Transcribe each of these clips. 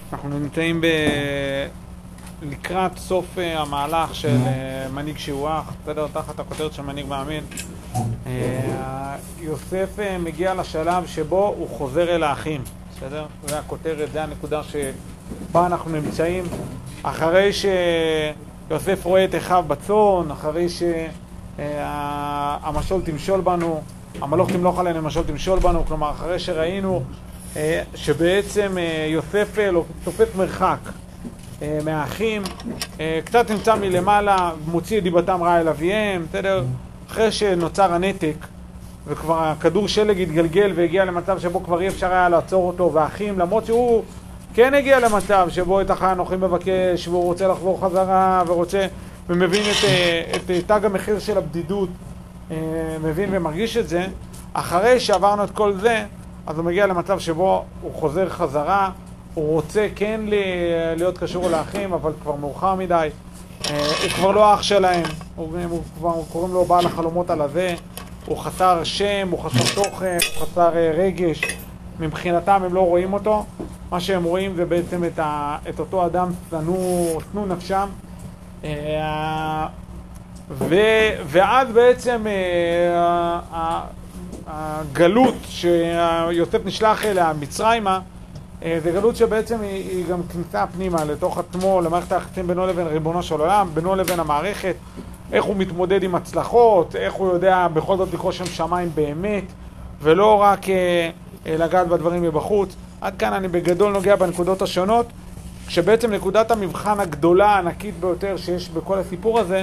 אנחנו נמצאים לקראת סוף המהלך של מנהיג שיעוח, בסדר? תחת הכותרת של מנהיג מאמין. יוסף מגיע לשלב שבו הוא חוזר אל האחים, בסדר? זה הכותרת, זה הנקודה שבה אנחנו נמצאים. אחרי שיוסף רואה את אחיו בצאן, אחרי שהמשול תמשול בנו, המלוך תמלוך עלינו, המשול תמשול בנו, כלומר אחרי שראינו שבעצם יוסף תופס מרחק מהאחים, קצת נמצא מלמעלה, מוציא את דיבתם רעה אל אביהם, בסדר? אחרי שנוצר הנתק וכבר הכדור שלג התגלגל והגיע למצב שבו כבר אי אפשר היה לעצור אותו, והאחים, למרות שהוא כן הגיע למצב שבו את אחי האנוכי מבקש והוא רוצה לחזור חזרה ומבין את תג המחיר של הבדידות, מבין ומרגיש את זה, אחרי שעברנו את כל זה, אז הוא מגיע למצב שבו הוא חוזר חזרה, הוא רוצה כן להיות קשור לאחים, אבל כבר מאוחר מדי, הוא כבר לא אח שלהם, קוראים לו בעל החלומות על הזה, הוא חסר שם, הוא חסר תוכן, הוא חסר רגש, מבחינתם הם לא רואים אותו, מה שהם רואים זה בעצם את אותו אדם שנוא נפשם, ואז בעצם הגלות שיוסף נשלח אליה, מצרימה, זה גלות שבעצם היא גם כניסה פנימה לתוך עצמו, למערכת היחסים בינו לבין ריבונו של עולם, בינו לבין המערכת, איך הוא מתמודד עם הצלחות, איך הוא יודע בכל זאת לקרוא שם שמיים באמת, ולא רק לגעת בדברים מבחוץ. עד כאן אני בגדול נוגע בנקודות השונות, כשבעצם נקודת המבחן הגדולה, הענקית ביותר שיש בכל הסיפור הזה,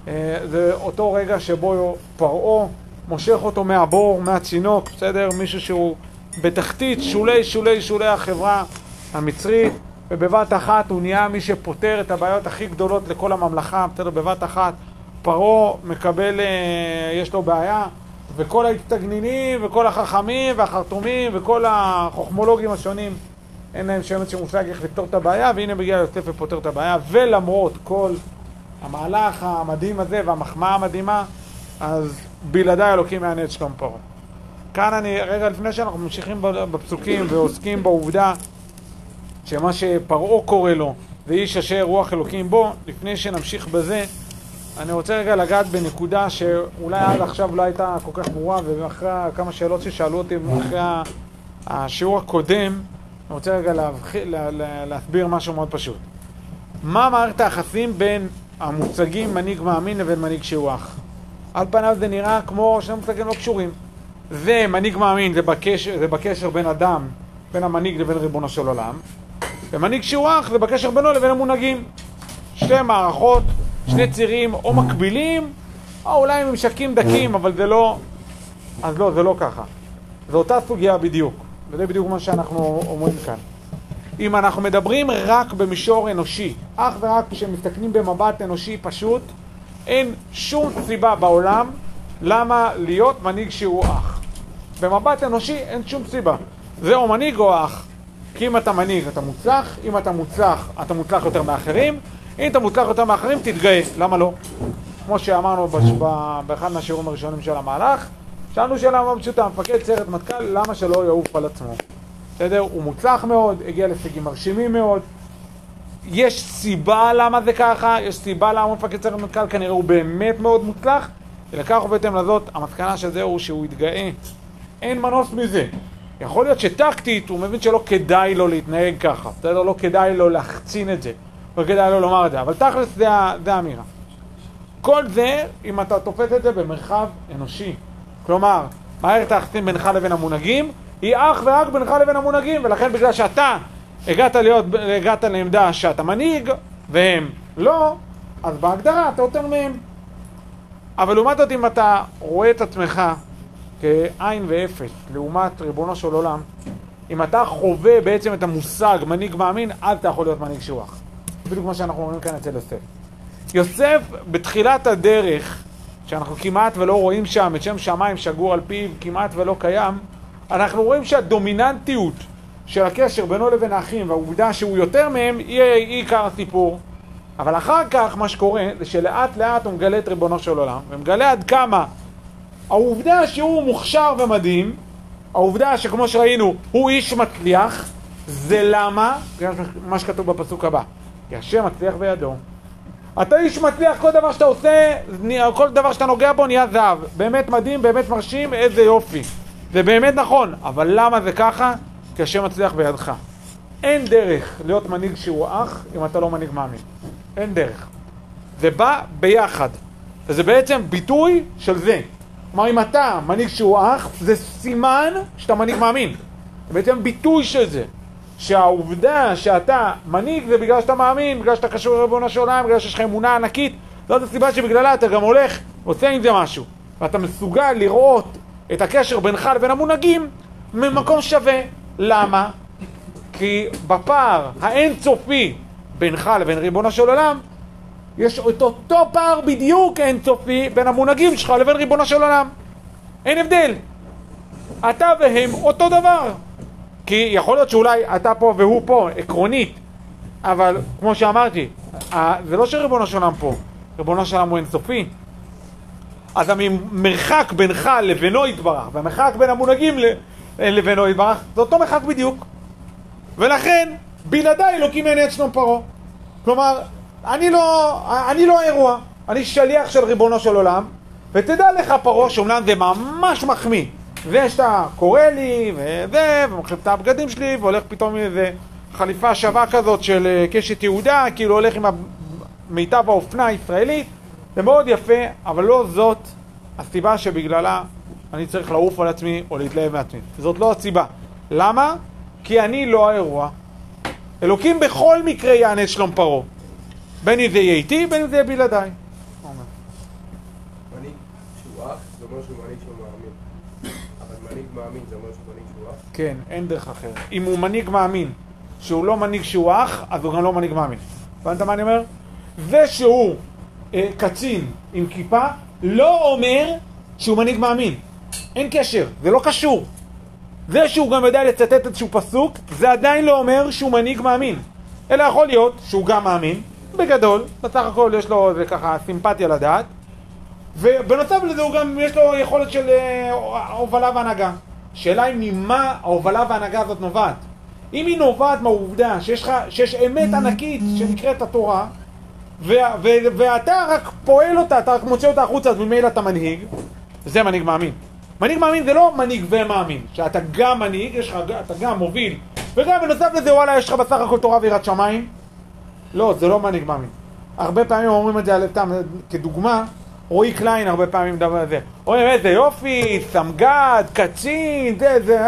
זה אותו רגע שבו פרעה מושך אותו מהבור, מהצינוק, בסדר? מישהו שהוא בתחתית שולי החברה המצרית, ובבת אחת הוא נהיה מי שפותר את הבעיות הכי גדולות לכל הממלכה, בסדר? בבת אחת פרעה מקבל, יש לו בעיה, וכל ההתגנינים וכל החכמים והחרטומים וכל החוכמולוגים השונים אין להם שמץ שמושג איך לפתור את הבעיה, והנה מגיע יוסף ופותר את הבעיה, ולמרות כל המהלך המדהים הזה והמחמאה המדהימה, אז בלעדיי אלוקים יענה את שלום פרעה. כאן אני, רגע לפני שאנחנו ממשיכים בפסוקים ועוסקים בעובדה שמה שפרעה קורא לו זה איש אשר רוח אלוקים בו, לפני שנמשיך בזה אני רוצה רגע לגעת בנקודה שאולי עד עכשיו לא הייתה כל כך ברורה, ואחרי כמה שאלות ששאלו אותי אחרי השיעור הקודם אני רוצה רגע להסביר משהו מאוד פשוט. מה מערכת היחסים בין המוצגים מנהיג מאמין לבין מנהיג שיעוח? על פניו זה נראה כמו שני מושגים לא קשורים. זה מנהיג מאמין, זה בקשר בין אדם, בין המנהיג לבין ריבונו של עולם, ומנהיג שיעוח זה בקשר בינו לבין המונהגים. שתי מערכות, שני צירים או מקבילים, או אולי ממשקים דקים, אבל זה לא, אז לא, זה לא ככה. זו אותה סוגיה בדיוק, וזה בדיוק מה שאנחנו אומרים כאן. אם אנחנו מדברים רק במישור אנושי, אך ורק כשמסתכלים במבט אנושי פשוט, אין שום סיבה בעולם למה להיות מנהיג שהוא אח. במבט אנושי אין שום סיבה. זה או מנהיג או אח. כי אם אתה מנהיג אתה מוצלח, אם אתה מוצלח אתה מוצלח יותר מאחרים, אם אתה מוצלח יותר מאחרים תתגאה, למה לא? כמו שאמרנו באחד מהשיעורים הראשונים של המהלך, שאלנו שאלה מאוד פשוטה, המפקד סיירת מטכ"ל, למה שלא יעוף על עצמו? בסדר? הוא מוצלח מאוד, הגיע להישגים מרשימים מאוד, יש סיבה למה זה ככה, יש סיבה למה מפקד סיירת מטכ"ל, כנראה הוא באמת מאוד מוצלח, ולכך ובהתאם לזאת, המסקנה של זה הוא שהוא יתגאה. אין מנוס מזה. יכול להיות שטקטית הוא מבין שלא כדאי לו להתנהג ככה, בסדר? לא כדאי לו להחצין את זה, לא כדאי לו לומר את זה, אבל תכלס זה האמירה. כל זה, אם אתה תופס את זה במרחב אנושי, כלומר, מערכת היחסים בינך לבין המונהגים, היא אך ורק בינך לבין המונהגים, ולכן בגלל שאתה הגעת לעמדה שאתה מנהיג, והם לא, אז בהגדרה אתה יותר מהם. אבל לעומת זאת, אם אתה רואה את עצמך כעין ואפס, לעומת ריבונו של עולם, אם אתה חווה בעצם את המושג מנהיג מאמין, אז אתה יכול להיות מנהיג שיעוח. בדיוק מה שאנחנו אומרים כאן אצל יוסף. יוסף בתחילת הדרך, שאנחנו כמעט ולא רואים שם את שם שמיים שגור על פיו, כמעט ולא קיים, אנחנו רואים שהדומיננטיות של הקשר בינו לבין האחים, והעובדה שהוא יותר מהם, היא עיקר הסיפור. אבל אחר כך מה שקורה זה שלאט לאט הוא מגלה את ריבונו של עולם, ומגלה עד כמה העובדה שהוא מוכשר ומדהים, העובדה שכמו שראינו הוא איש מצליח, זה למה? זה מה שכתוב בפסוק הבא. כי השם מצליח בידו. אתה איש מצליח, כל דבר שאתה עושה, כל דבר שאתה נוגע בו נהיה זהב. באמת מדהים, באמת מרשים, איזה יופי. זה באמת נכון, אבל למה זה ככה? כי השם מצליח בידך. אין דרך להיות מנהיג שהוא אח אם אתה לא מנהיג מאמין. אין דרך. זה בא ביחד. וזה בעצם ביטוי של זה. כלומר, אם אתה מנהיג שהוא אח, זה סימן שאתה מנהיג מאמין. זה בעצם ביטוי של זה. שהעובדה שאתה מנהיג זה בגלל שאתה מאמין, בגלל שאתה קשור לריבונו של עולם, בגלל שיש לך אמונה ענקית. זאת הסיבה שבגללה אתה גם הולך, עושה עם זה משהו. ואתה מסוגל לראות את הקשר בינך לבין המונהגים ממקום שווה. למה? כי בפער האינסופי בינך לבין ריבונו של עולם, יש את אותו פער בדיוק אינסופי בין המונהגים שלך לבין ריבונו של עולם. אין הבדל. אתה והם אותו דבר. כי יכול להיות שאולי אתה פה והוא פה, עקרונית, אבל כמו שאמרתי, זה לא שריבונו של עולם פה, ריבונו של עולם הוא אינסופי. אז המרחק בינך לבינו יתברך, והמרחק בין המונהגים לבינו יתברך, זה אותו מרחק בדיוק. ולכן, בלעדיי אלוקים אין את שלום פרעה. כלומר, אני לא האירוע, אני שליח של ריבונו של עולם, ותדע לך פרעה שאומנם זה ממש מחמיא. ושאתה קורא לי, ומחליף את הבגדים שלי, והולך פתאום עם איזה חליפה שווה כזאת של קשת יהודה, כאילו הולך עם מיטב האופנה הישראלית. זה מאוד יפה, אבל לא זאת הסיבה שבגללה אני צריך לעוף על עצמי או להתלהב מעצמי. זאת לא הסיבה. למה? כי אני לא האירוע. אלוקים בכל מקרה יענה את שלום פרעה. בין אם זה יהיה איתי, בין אם זה יהיה בלעדיי. מנהיג שהוא אח, זה אומר שהוא מנהיג שהוא מאמין. אבל מנהיג מאמין זה אומר שהוא מנהיג שהוא אח? כן, אין דרך אחרת. אם הוא מנהיג מאמין שהוא לא מנהיג שהוא אח, אז הוא גם לא מנהיג מאמין. הבנת מה אני אומר? זה שהוא קצין עם כיפה לא אומר שהוא מנהיג מאמין. אין קשר, זה לא קשור. זה שהוא גם יודע לצטט איזשהו פסוק, זה עדיין לא אומר שהוא מנהיג מאמין. אלא יכול להיות שהוא גם מאמין, בגדול, בסך הכל יש לו זה ככה סימפתיה לדעת, ובנוסף לזה הוא גם יש לו יכולת של הובלה והנהגה. שאלה היא ממה ההובלה וההנהגה הזאת נובעת. אם היא נובעת מהעובדה שיש אמת ענקית שנקראת התורה, ואתה רק פועל אותה, אתה רק מוצא אותה החוצה, אז ממילא אתה מנהיג, זה מנהיג מאמין. מנהיג מאמין זה לא מנהיג ומאמין, שאתה גם מנהיג, אתה גם מוביל, וגם בנוסף לזה וואלה יש לך בסך הכל תורה ויראת שמיים. לא, זה לא מנהיג מאמין. הרבה פעמים אומרים את זה על אתם, כדוגמה, רועי קליין הרבה פעמים דבר על זה. אומרים איזה יופי, סמג"ד, קצין,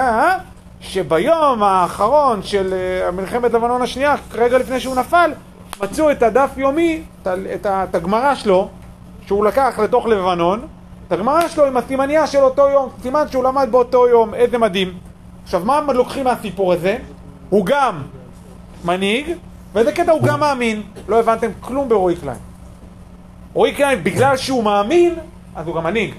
שביום האחרון של מלחמת לבנון השנייה, רגע לפני שהוא נפל, מצאו את הדף יומי, את הגמרא שלו, שהוא לקח לתוך לבנון, את הגמרא שלו עם הסימניה של אותו יום, סימן שהוא למד באותו יום, איזה מדהים. עכשיו, מה לוקחים מהסיפור הזה? הוא גם מנהיג, ואיזה קטע הוא גם מאמין. לא הבנתם כלום ברועי קליין. רועי קליין, בגלל שהוא מאמין, אז הוא גם מנהיג.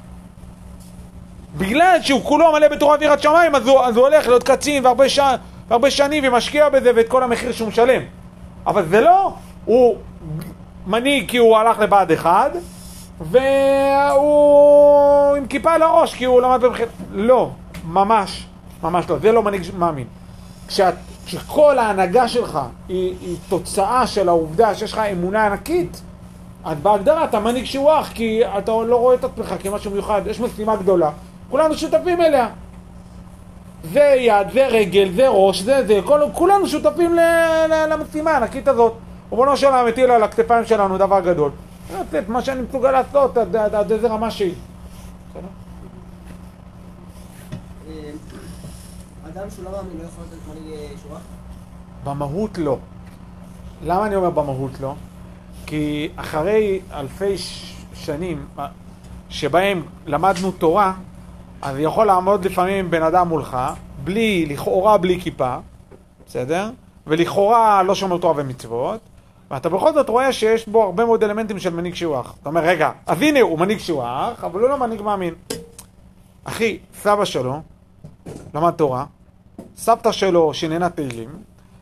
בגלל שהוא כולו מלא בתורה ויראת שמיים, אז הוא הולך להיות קצין והרבה שנים ומשקיע בזה ואת כל המחיר שהוא משלם. אבל זה לא, הוא מנהיג כי הוא הלך לבד אחד, והוא עם כיפה על הראש כי הוא למד במחיר. לא, ממש לא, זה לא מנהיג מאמין. כשכל ההנהגה שלך היא תוצאה של העובדה שיש לך אמונה ענקית, אז בהגדרה אתה מנהיג שהוא אח, כי אתה לא רואה את עצמך כמשהו מיוחד, יש משימה גדולה, כולנו שותפים אליה. זה יד, זה רגל, זה ראש, זה, כולנו שותפים למשימה הענקית הזאת. ריבונו של עולם מטיל על הכתפיים שלנו דבר גדול. את מה שאני מסוגל לעשות, עד איזה רמה שהיא. אדם שהוא לא מאמין לא יכול להיות מנהיג שהוא אח? במהות לא. למה אני אומר במהות לא? כי אחרי אלפי שנים שבהם למדנו תורה, אז יכול לעמוד לפעמים בן אדם מולך, לכאורה בלי כיפה, בסדר? ולכאורה לא שומר תורה ומצוות, ואתה בכל זאת רואה שיש בו הרבה מאוד אלמנטים של מנהיג שהוא אח. אתה אומר, רגע, אז הנה הוא מנהיג שהוא אח, אבל הוא לא מנהיג מאמין. אחי, סבא שלו למד תורה, סבתא שלו שננה תהילים,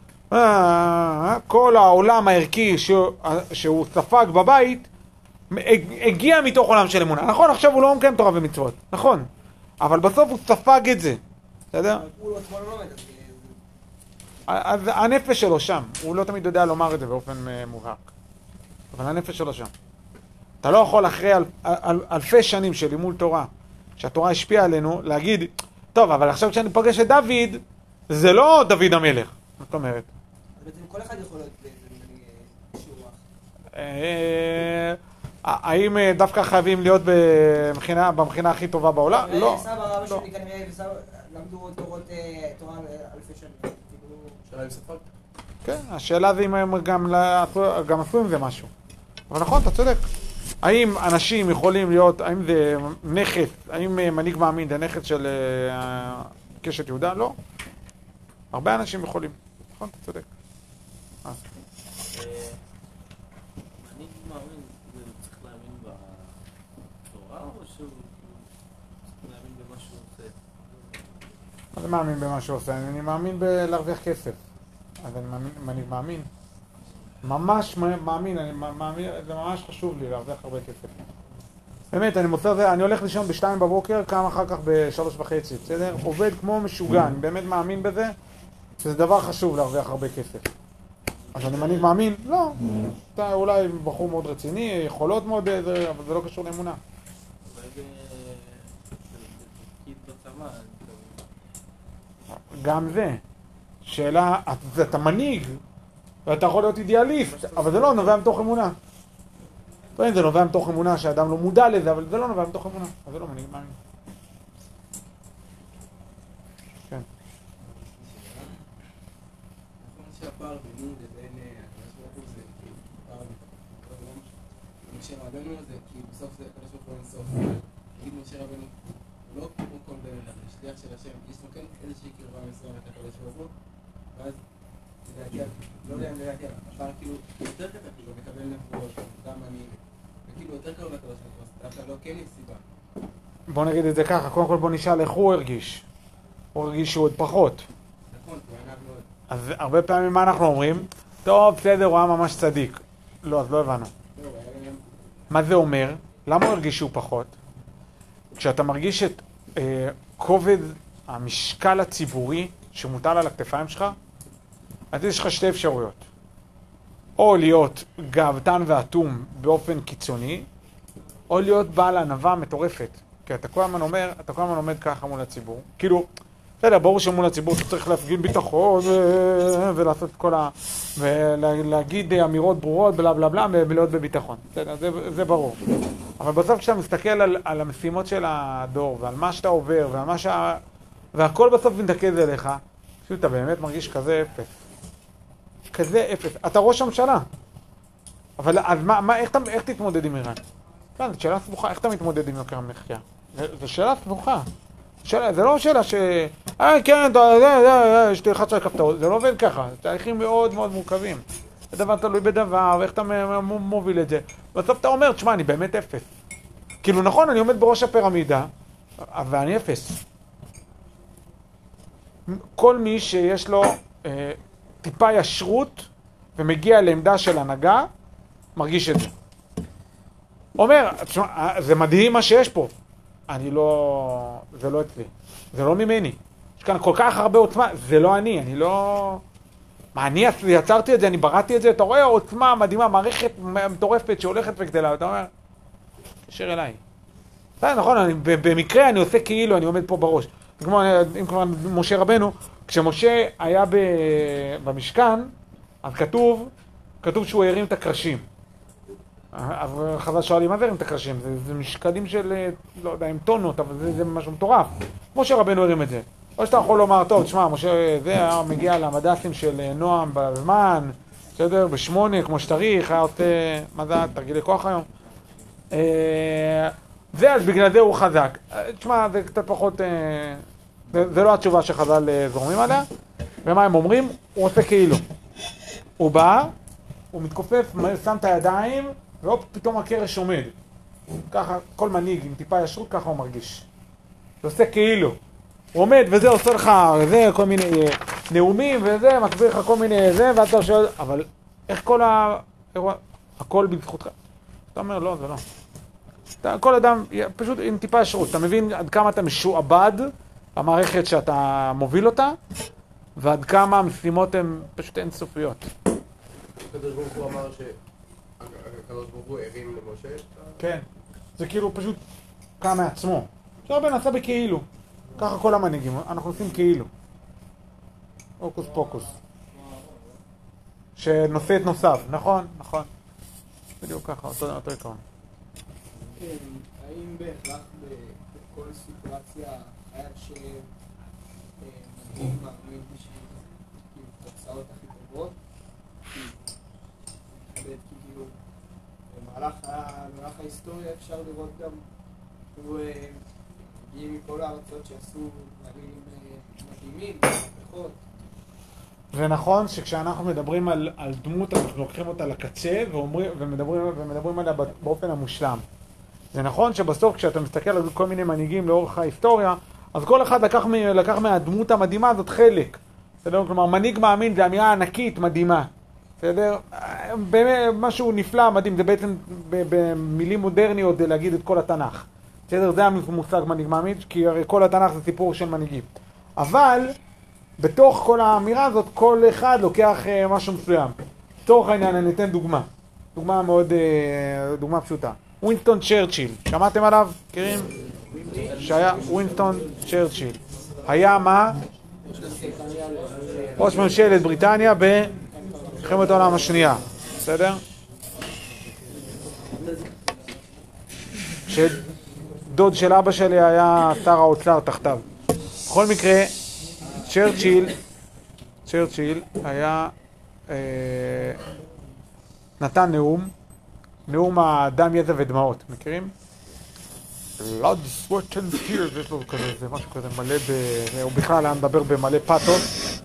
כל העולם הערכי שהוא ספג בבית הגיע מתוך עולם של אמונה. נכון, עכשיו הוא לא מקיים תורה ומצוות, נכון, אבל בסוף הוא ספג את זה, בסדר? הוא עצמו לא לומד. אז הנפש שלו שם, הוא לא תמיד יודע לומר את זה באופן מובהק. אבל הנפש שלו שם. אתה לא יכול אחרי אלפי שנים של לימוד תורה, שהתורה השפיעה עלינו, להגיד, טוב, אבל עכשיו כשאני פוגש את דוד, זה לא דוד המלך. מה זאת אומרת? בעצם כל אחד יכול להיות שורח. האם דווקא חייבים להיות במכינה הכי טובה בעולם? לא. סבא, רבא שלי כנראה למדו תורה אלפי שנים. שאלה עם ספק? כן, השאלה זה אם הם גם עשו עם זה משהו. אבל נכון, אתה צודק. האם אנשים יכולים להיות, האם זה נכס, האם מנהיג מאמין זה נכס של קשת יהודה? לא. הרבה אנשים יכולים. נכון, אתה צודק. מנהיג מאמין, הוא צריך להאמין בתורה או שהוא צריך להאמין במה שהוא עושה? מה זה מאמין במה שהוא עושה? אני מאמין בלהרוויח כסף. אז אני מנהיג מאמין. ממש מאמין, זה ממש חשוב לי להרוויח הרבה כסף. באמת, אני הולך לישון ב2 בבוקר, קם אחר כך ב3:30, בסדר? עובד כמו משוגע, אני באמת מאמין בזה, שזה דבר חשוב להרוויח הרבה כסף. אז אני מנהיג מאמין? לא. אתה אולי בחור מאוד רציני, יכולות מאוד, אבל זה לא קשור לאמונה. אולי בתפקיד בצבא. גם זה. שאלה, אתה מנהיג, ואתה יכול להיות אידיאליסט, אבל זה לא נובע מתוך אמונה. זה נובע מתוך אמונה שהאדם לא מודע לזה, אבל זה לא נובע מתוך אמונה. אז זה לא מנהיג מאמין. כן. נכון שהפער בינו לבין הקדוש ברוך הוא זה פער משה רבנו זה כי בסוף זה הקדוש ברוך הוא אינסוף. נגיד משה רבנו לא כמו כל בן אדם, זה שליח של השם, יש לו כן איזושהי קרבה מסוימת לקדוש ברוך הוא, ואז להגיע, לא יודע אם להגיע, הפער כאילו יותר קטן, כאילו מקבל נבואות, גם אני, וכאילו יותר קרוב לקדוש ברוך הוא, דווקא לא כן יש סיבה. בוא נגיד את זה ככה, קודם כל בוא נשאל איך הוא הרגיש. הוא הרגיש שהוא עוד פחות. נכון, הוא ענב מאוד. אז הרבה פעמים מה אנחנו אומרים? טוב, בסדר, הוא היה ממש צדיק. לא, אז לא הבנו. מה זה אומר? למה הוא הרגיש שהוא פחות? כשאתה מרגיש את כובד המשקל הציבורי שמוטל על הכתפיים שלך, אז יש לך שתי אפשרויות. או להיות גאוותן ואטום באופן קיצוני, או להיות בעל ענווה מטורפת. כי אתה כל הזמן אומר, אתה כל הזמן עומד ככה מול הציבור. כאילו, בסדר, ברור שמול הציבור אתה צריך להפגין ביטחון ולעשות את כל ולהגיד אמירות ברורות בלה בלה בלה ולהיות בביטחון. בסדר, זה ברור. אבל בסוף כשאתה מסתכל על המשימות של הדור ועל מה שאתה עובר והכל בסוף מתנקז אליך, פשוט אתה באמת מרגיש כזה אפס. כזה אפס. אתה ראש הממשלה. אבל אז איך תתמודד עם איראן? לא, זו שאלה סבוכה. איך אתה מתמודד עם יוקר המחיה? זו שאלה סבוכה. זה לא שאלה כן, שתלחץ על כפתור. זה לא עובד ככה. זה תהליכים מאוד מאוד מורכבים. זה דבר תלוי בדבר, ואיך אתה מוביל את זה. בסוף אתה אומר, תשמע, אני באמת אפס. כאילו נכון, אני עומד בראש הפירמידה, ואני אפס. כל מי שיש לו טיפה ישרות ומגיע לעמדה של הנהגה, מרגיש את זה. אומר, זה מדהים מה שיש פה. זה לא אצלי. זה לא ממני. יש כאן כל כך הרבה עוצמה, זה לא אני לא... מה, אני יצרתי את זה, אני בראתי את זה, אתה רואה עוצמה מדהימה, מערכת מטורפת שהולכת וגדלה, אתה אומר, תשאר אליי. נכון, במקרה אני עושה כאילו, אני עומד פה בראש. אם כבר משה רבנו, כשמשה היה במשכן, אז כתוב שהוא הרים את הקרשים. אז חז"ל שואלים, מה זה הרים את הקרשים? זה משקלים של, לא יודע, עם טונות, אבל זה משהו מטורף. משה רבנו הרים את זה. או שאתה יכול לומר, טוב, תשמע, משה, זה היה מגיע למדסים של נועם בזמן, בסדר, ב8, כמו שצריך, היה עושה, מה זה, תרגילי כוח היום. אז בגלל זה הוא חזק. תשמע, זה קצת פחות, זה לא התשובה שחז"ל זורמים עליה. ומה הם אומרים? הוא עושה כאילו. הוא בא, הוא מתכופף, שם את הידיים, ופתאום הקרש עומד. ככה, כל מנהיג עם טיפה ישרות, ככה הוא מרגיש. הוא עושה כאילו. הוא עומד וזה עושה לך, וזה, כל מיני נאומים, וזה, מסביר לך כל מיני זה, ואתה שואל, אבל איך כל הכל בזכותך? אתה אומר, לא, זה לא. כל אדם, פשוט עם טיפה ישרות, אתה מבין עד כמה אתה משועבד במערכת שאתה מוביל אותה, ועד כמה המשימות הן פשוט אינסופיות. הקדוש ברוך הוא אמר שהקדוש ברוך הוא הרים למשה? כן. זה כאילו פשוט קם מעצמו. שהרבה נעשה בכאילו. ככה כל המנהיגים, אנחנו עושים כאילו. הוקוס פוקוס. שנושא את נוסף, נכון? נכון. בדיוק ככה, אותו עיקרון. האם בהכרח בכל סיטואציה חייב שמנהיג מאמין בשביל תוצאות הכי טובות? כאילו, במהלך ההיסטוריה אפשר לראות גם מגיעים מכל הארצות שעשו דברים מדהימים, מהפכות. זה נכון שכשאנחנו מדברים על דמות, אנחנו לוקחים אותה לקצה ומדברים עליה באופן המושלם. זה נכון שבסוף כשאתה מסתכל על כל מיני מנהיגים לאורך ההיסטוריה, אז כל אחד לקח מהדמות המדהימה הזאת חלק. בסדר? כלומר, מנהיג מאמין זה אמירה ענקית מדהימה. בסדר? באמת משהו נפלא, מדהים, זה בעצם במילים מודרניות להגיד את כל התנ"ך. בסדר? זה המושג מנהיג מאמין, כי הרי כל התנ"ך זה סיפור של מנהיגים. אבל בתוך כל האמירה הזאת, כל אחד לוקח משהו מסוים. לצורך העניין, אני אתן דוגמה. דוגמה פשוטה. ווינסטון צ'רצ'יל, שמעתם עליו? מכירים? שהיה ווינסטון צ'רצ'יל. היה מה? ראש ממשלת בריטניה במלחמת העולם השנייה. בסדר? שדוד של אבא שלי היה שר האוצר תחתיו. בכל מקרה, צ'רצ'יל היה נתן נאום הדם, יזע ודמעות, מכירים? blood, sweat and tears, יש לו כזה, זה משהו כזה מלא הוא בכלל היה מדבר במלא פאתוס.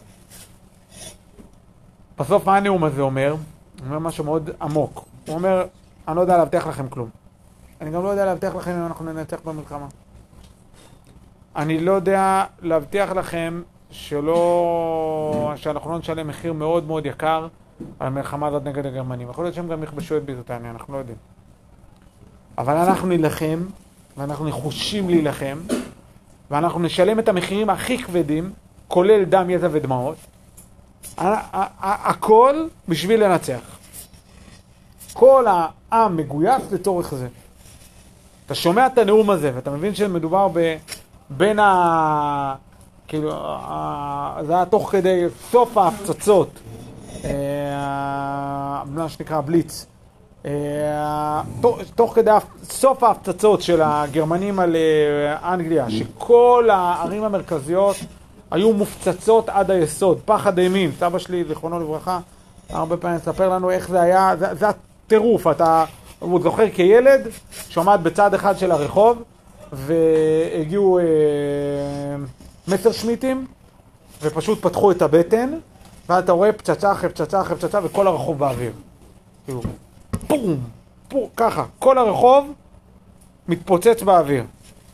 בסוף מה הנאום הזה אומר? הוא אומר משהו מאוד עמוק. הוא אומר, אני לא יודע להבטיח לכם כלום. אני גם לא יודע להבטיח לכם אם אנחנו ננצח במלחמה. אני לא יודע להבטיח לכם שאנחנו לא נשלם מחיר מאוד מאוד יקר על המלחמה הזאת נגד הגרמנים. יכול להיות שהם גם יכבשו את בריטניה, אנחנו לא יודעים. אבל אנחנו נילחם, ואנחנו נחושים להילחם, ואנחנו נשלם את המחירים הכי כבדים, כולל דם, יזע ודמעות. הכל בשביל לנצח. כל העם מגויס לצורך זה. אתה שומע את הנאום הזה, ואתה מבין שמדובר בין כאילו, זה היה תוך כדי סוף ההפצצות, מה שנקרא בליץ, תוך כדי סוף ההפצצות של הגרמנים על אנגליה, שכל הערים המרכזיות היו מופצצות עד היסוד, פחד אימים. סבא שלי, זיכרונו לברכה, הרבה פעמים מספר לנו איך זה היה, זה הטירוף. הוא זוכר כילד שעמד בצד אחד של הרחוב, והגיעו מסרשמיטים, ופשוט פתחו את הבטן, ואתה רואה פצצה אחרי פצצה אחרי פצצה, וכל הרחוב באוויר. כאילו, פום, פום, ככה. כל הרחוב מתפוצץ באוויר.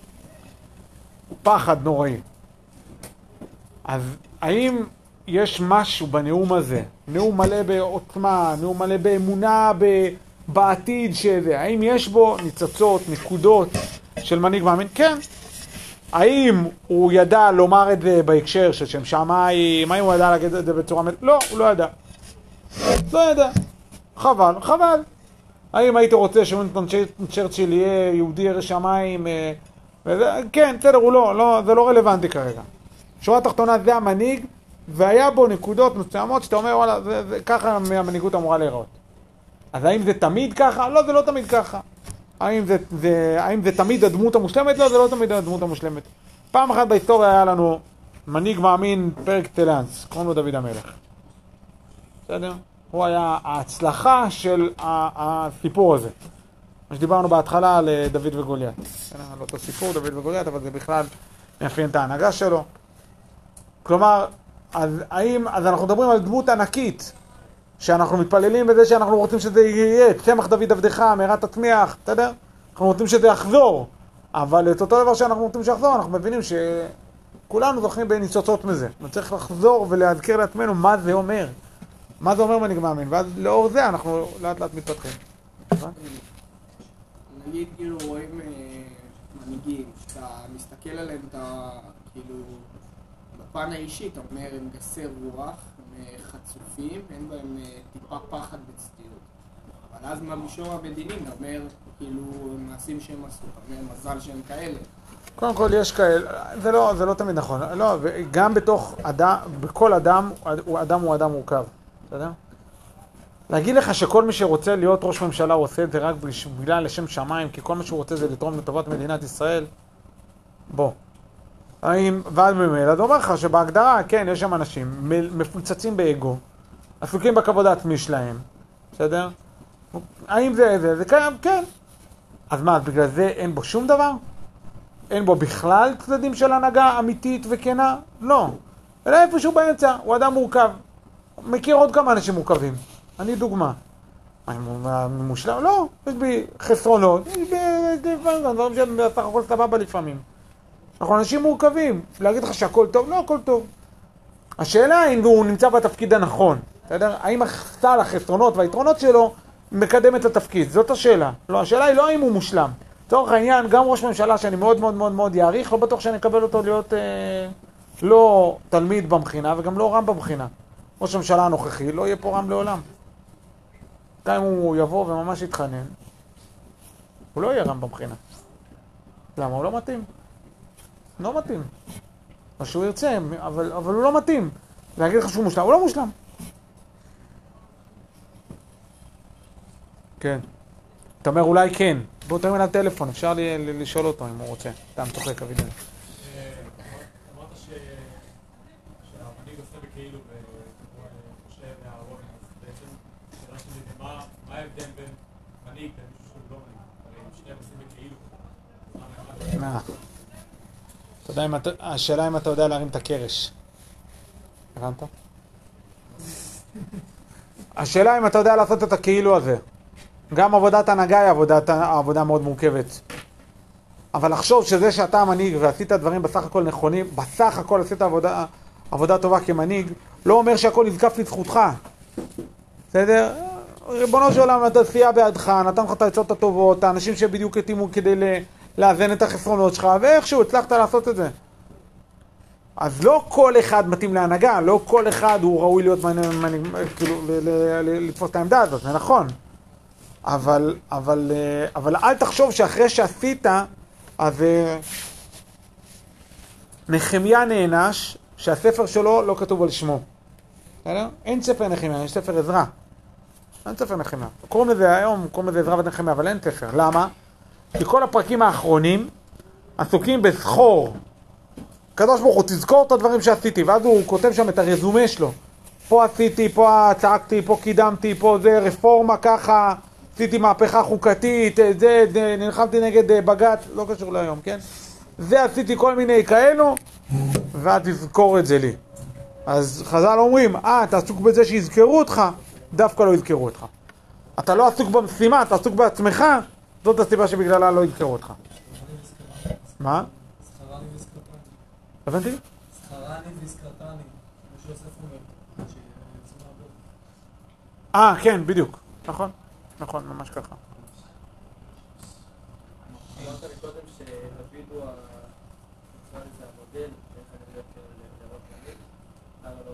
פחד נוראי. אז האם יש משהו בנאום הזה, נאום מלא בעוצמה, נאום מלא באמונה בעתיד שזה, האם יש בו ניצוצות, נקודות של מנהיג מאמין? כן. האם הוא ידע לומר את זה בהקשר של שם שמיים? האם הוא ידע להגיד את זה בצורה... לא, הוא לא ידע. לא ידע. חבל. האם הייתי רוצה שווינסטון צ'רצ'יל יהיה יהודי ירא שמיים? כן, בסדר, זה לא רלוונטי כרגע. שורה תחתונה זה המנהיג, והיה בו נקודות מסוימות שאתה אומר, וואלה, ככה המנהיגות אמורה להיראות. אז האם זה תמיד ככה? לא, זה לא תמיד ככה. האם זה תמיד הדמות המושלמת? לא, זה לא תמיד הדמות המושלמת. פעם אחת בהיסטוריה היה לנו מנהיג מאמין פר אקסלנס, קוראים לו דוד המלך. בסדר? הוא היה ההצלחה של הסיפור הזה. מה שדיברנו בהתחלה על דוד וגוליית. לא אותו סיפור, דוד וגוליית, אבל זה בכלל מאפיין את ההנהגה שלו. כלומר, אז אנחנו מדברים על דמות ענקית, שאנחנו מתפללים בזה שאנחנו רוצים שזה יהיה, צמח דוד עבדך, מהרה תצמיח, בסדר? אנחנו רוצים שזה יחזור, אבל את אותו דבר שאנחנו רוצים שיחזור, אנחנו מבינים שכולנו זוכים בניצוצות מזה. צריך לחזור ולהזכיר לעצמנו מה זה אומר. מה זה אומר מנהיג מאמין, ואז לאור זה אנחנו לאט לאט מתפתחים. נגיד, כאילו, רואים מנהיגים, שאתה מסתכל עליהם, אתה כאילו, בפן האישי, אתה אומר, הם גסי רוח, הם חצופים, אין בהם טיפה פחד וצניעות. אבל אז במישור המדיני, אתה אומר, כאילו, מעשים שהם עשו, אתה אומר, מזל שהם כאלה. קודם כל יש כאלה, זה לא תמיד נכון, לא, גם בתוך אדם, בכל אדם, הוא אדם מורכב, אתה יודע? להגיד לך שכל מי שרוצה להיות ראש ממשלה הוא עושה את זה רק בגלל לשם שמיים, כי כל מה שהוא רוצה זה לתרום לטובת מדינת ישראל, בוא. ועד ממילא, זה אומר לך שבהגדרה, כן, יש שם אנשים מפוצצים באגו, עסוקים בכבוד העצמי שלהם, בסדר? האם זה קיים? כן. אז מה, בגלל זה אין בו שום דבר? אין בו בכלל צדדים של הנהגה אמיתית וכנה? לא. אלא איפשהו באמצע, הוא אדם מורכב. מכיר עוד כמה אנשים מורכבים. אני דוגמה. מושלם? לא. יש בי חסרונות. יש בי דברים שבסך הכל סבבה לפעמים. אנחנו אנשים מורכבים. להגיד לך שהכל טוב? לא הכל טוב. השאלה אם הוא נמצא בתפקיד הנכון. אתה יודע? האם סל החסרונות והיתרונות שלו מקדם את התפקיד? זאת השאלה. לא, השאלה היא לא האם הוא מושלם. לצורך העניין, גם ראש ממשלה שאני מאוד מאוד מאוד מאוד יעריך, לא בטוח שאני אקבל אותו להיות לא תלמיד במכינה וגם לא רם במכינה. ראש הממשלה הנוכחי לא יהיה פה רם לעולם. גם אם הוא יבוא וממש יתחנן, הוא לא יהיה רם במכינה. למה? הוא לא מתאים. לא מתאים. מה שהוא ירצה, אבל הוא לא מתאים. להגיד לך שהוא מושלם, הוא לא מושלם. כן. אתה אומר אולי כן. בוא תרים אליו טלפון, אפשר לשאול אותו אם הוא רוצה. אתה צוחק, אבידן. אמרת שהמנהיג עושה בכאילו וחושב מהרוב, בעצם שאלה שלי זה מה ההבדל בין מנהיג למישהו שהוא לא מנהיג? הרי אם שניהם עושים בכאילו. השאלה אם אתה יודע להרים את הקרש. הבנת? השאלה אם אתה יודע לעשות את הכאילו הזה. גם עבודת הנהגה היא עבודה מאוד מורכבת. אבל לחשוב שזה שאתה המנהיג ועשית דברים בסך הכל נכונים, בסך הכל עשית עבודה טובה כמנהיג, לא אומר שהכל נזקף לזכותך. בסדר? ריבונו של עולם נתן סייע בידך, נתן לך את העצות הטובות, האנשים שבדיוק התאימו כדי לאזן את החסרונות שלך, ואיכשהו הצלחת לעשות את זה. אז לא כל אחד מתאים להנהגה, לא כל אחד הוא ראוי להיות מנהיג, כאילו, לתפוס את העמדה הזאת, זה נכון. אבל אל תחשוב שאחרי שעשית, אז נחמיה נענש, שהספר שלו לא כתוב על שמו. אין ספר נחמיה, יש ספר עזרא. אין ספר נחמיה. קוראים לזה היום, קוראים לזה עזרא ונחמיה, אבל אין ספר. למה? כי כל הפרקים האחרונים עסוקים בזכור. הקדוש ברוך הוא, תזכור את הדברים שעשיתי, ואז הוא כותב שם את הרזומה שלו. פה עשיתי, פה צעקתי, פה קידמתי, פה זה רפורמה ככה, עשיתי מהפכה חוקתית, זה נלחמתי נגד בג"ץ, לא קשור להיום, כן? זה עשיתי כל מיני כאלו, ואת תזכור את זה לי. אז חז"ל אומרים, אתה עסוק בזה שיזכרו אותך, דווקא לא יזכרו אותך. אתה לא עסוק במשימה, אתה עסוק בעצמך, זאת הסיבה שבגללה לא יזכרו אותך. מה? סחרני וזכרתני. הבנתי? סחרני וזכרתני. כמו שיוסף אומר. כן, בדיוק. נכון, נכון, ממש ככה. אמרת לי קודם שדוד הוא המודל, איך אני להיות לראות מנהיג, למה לא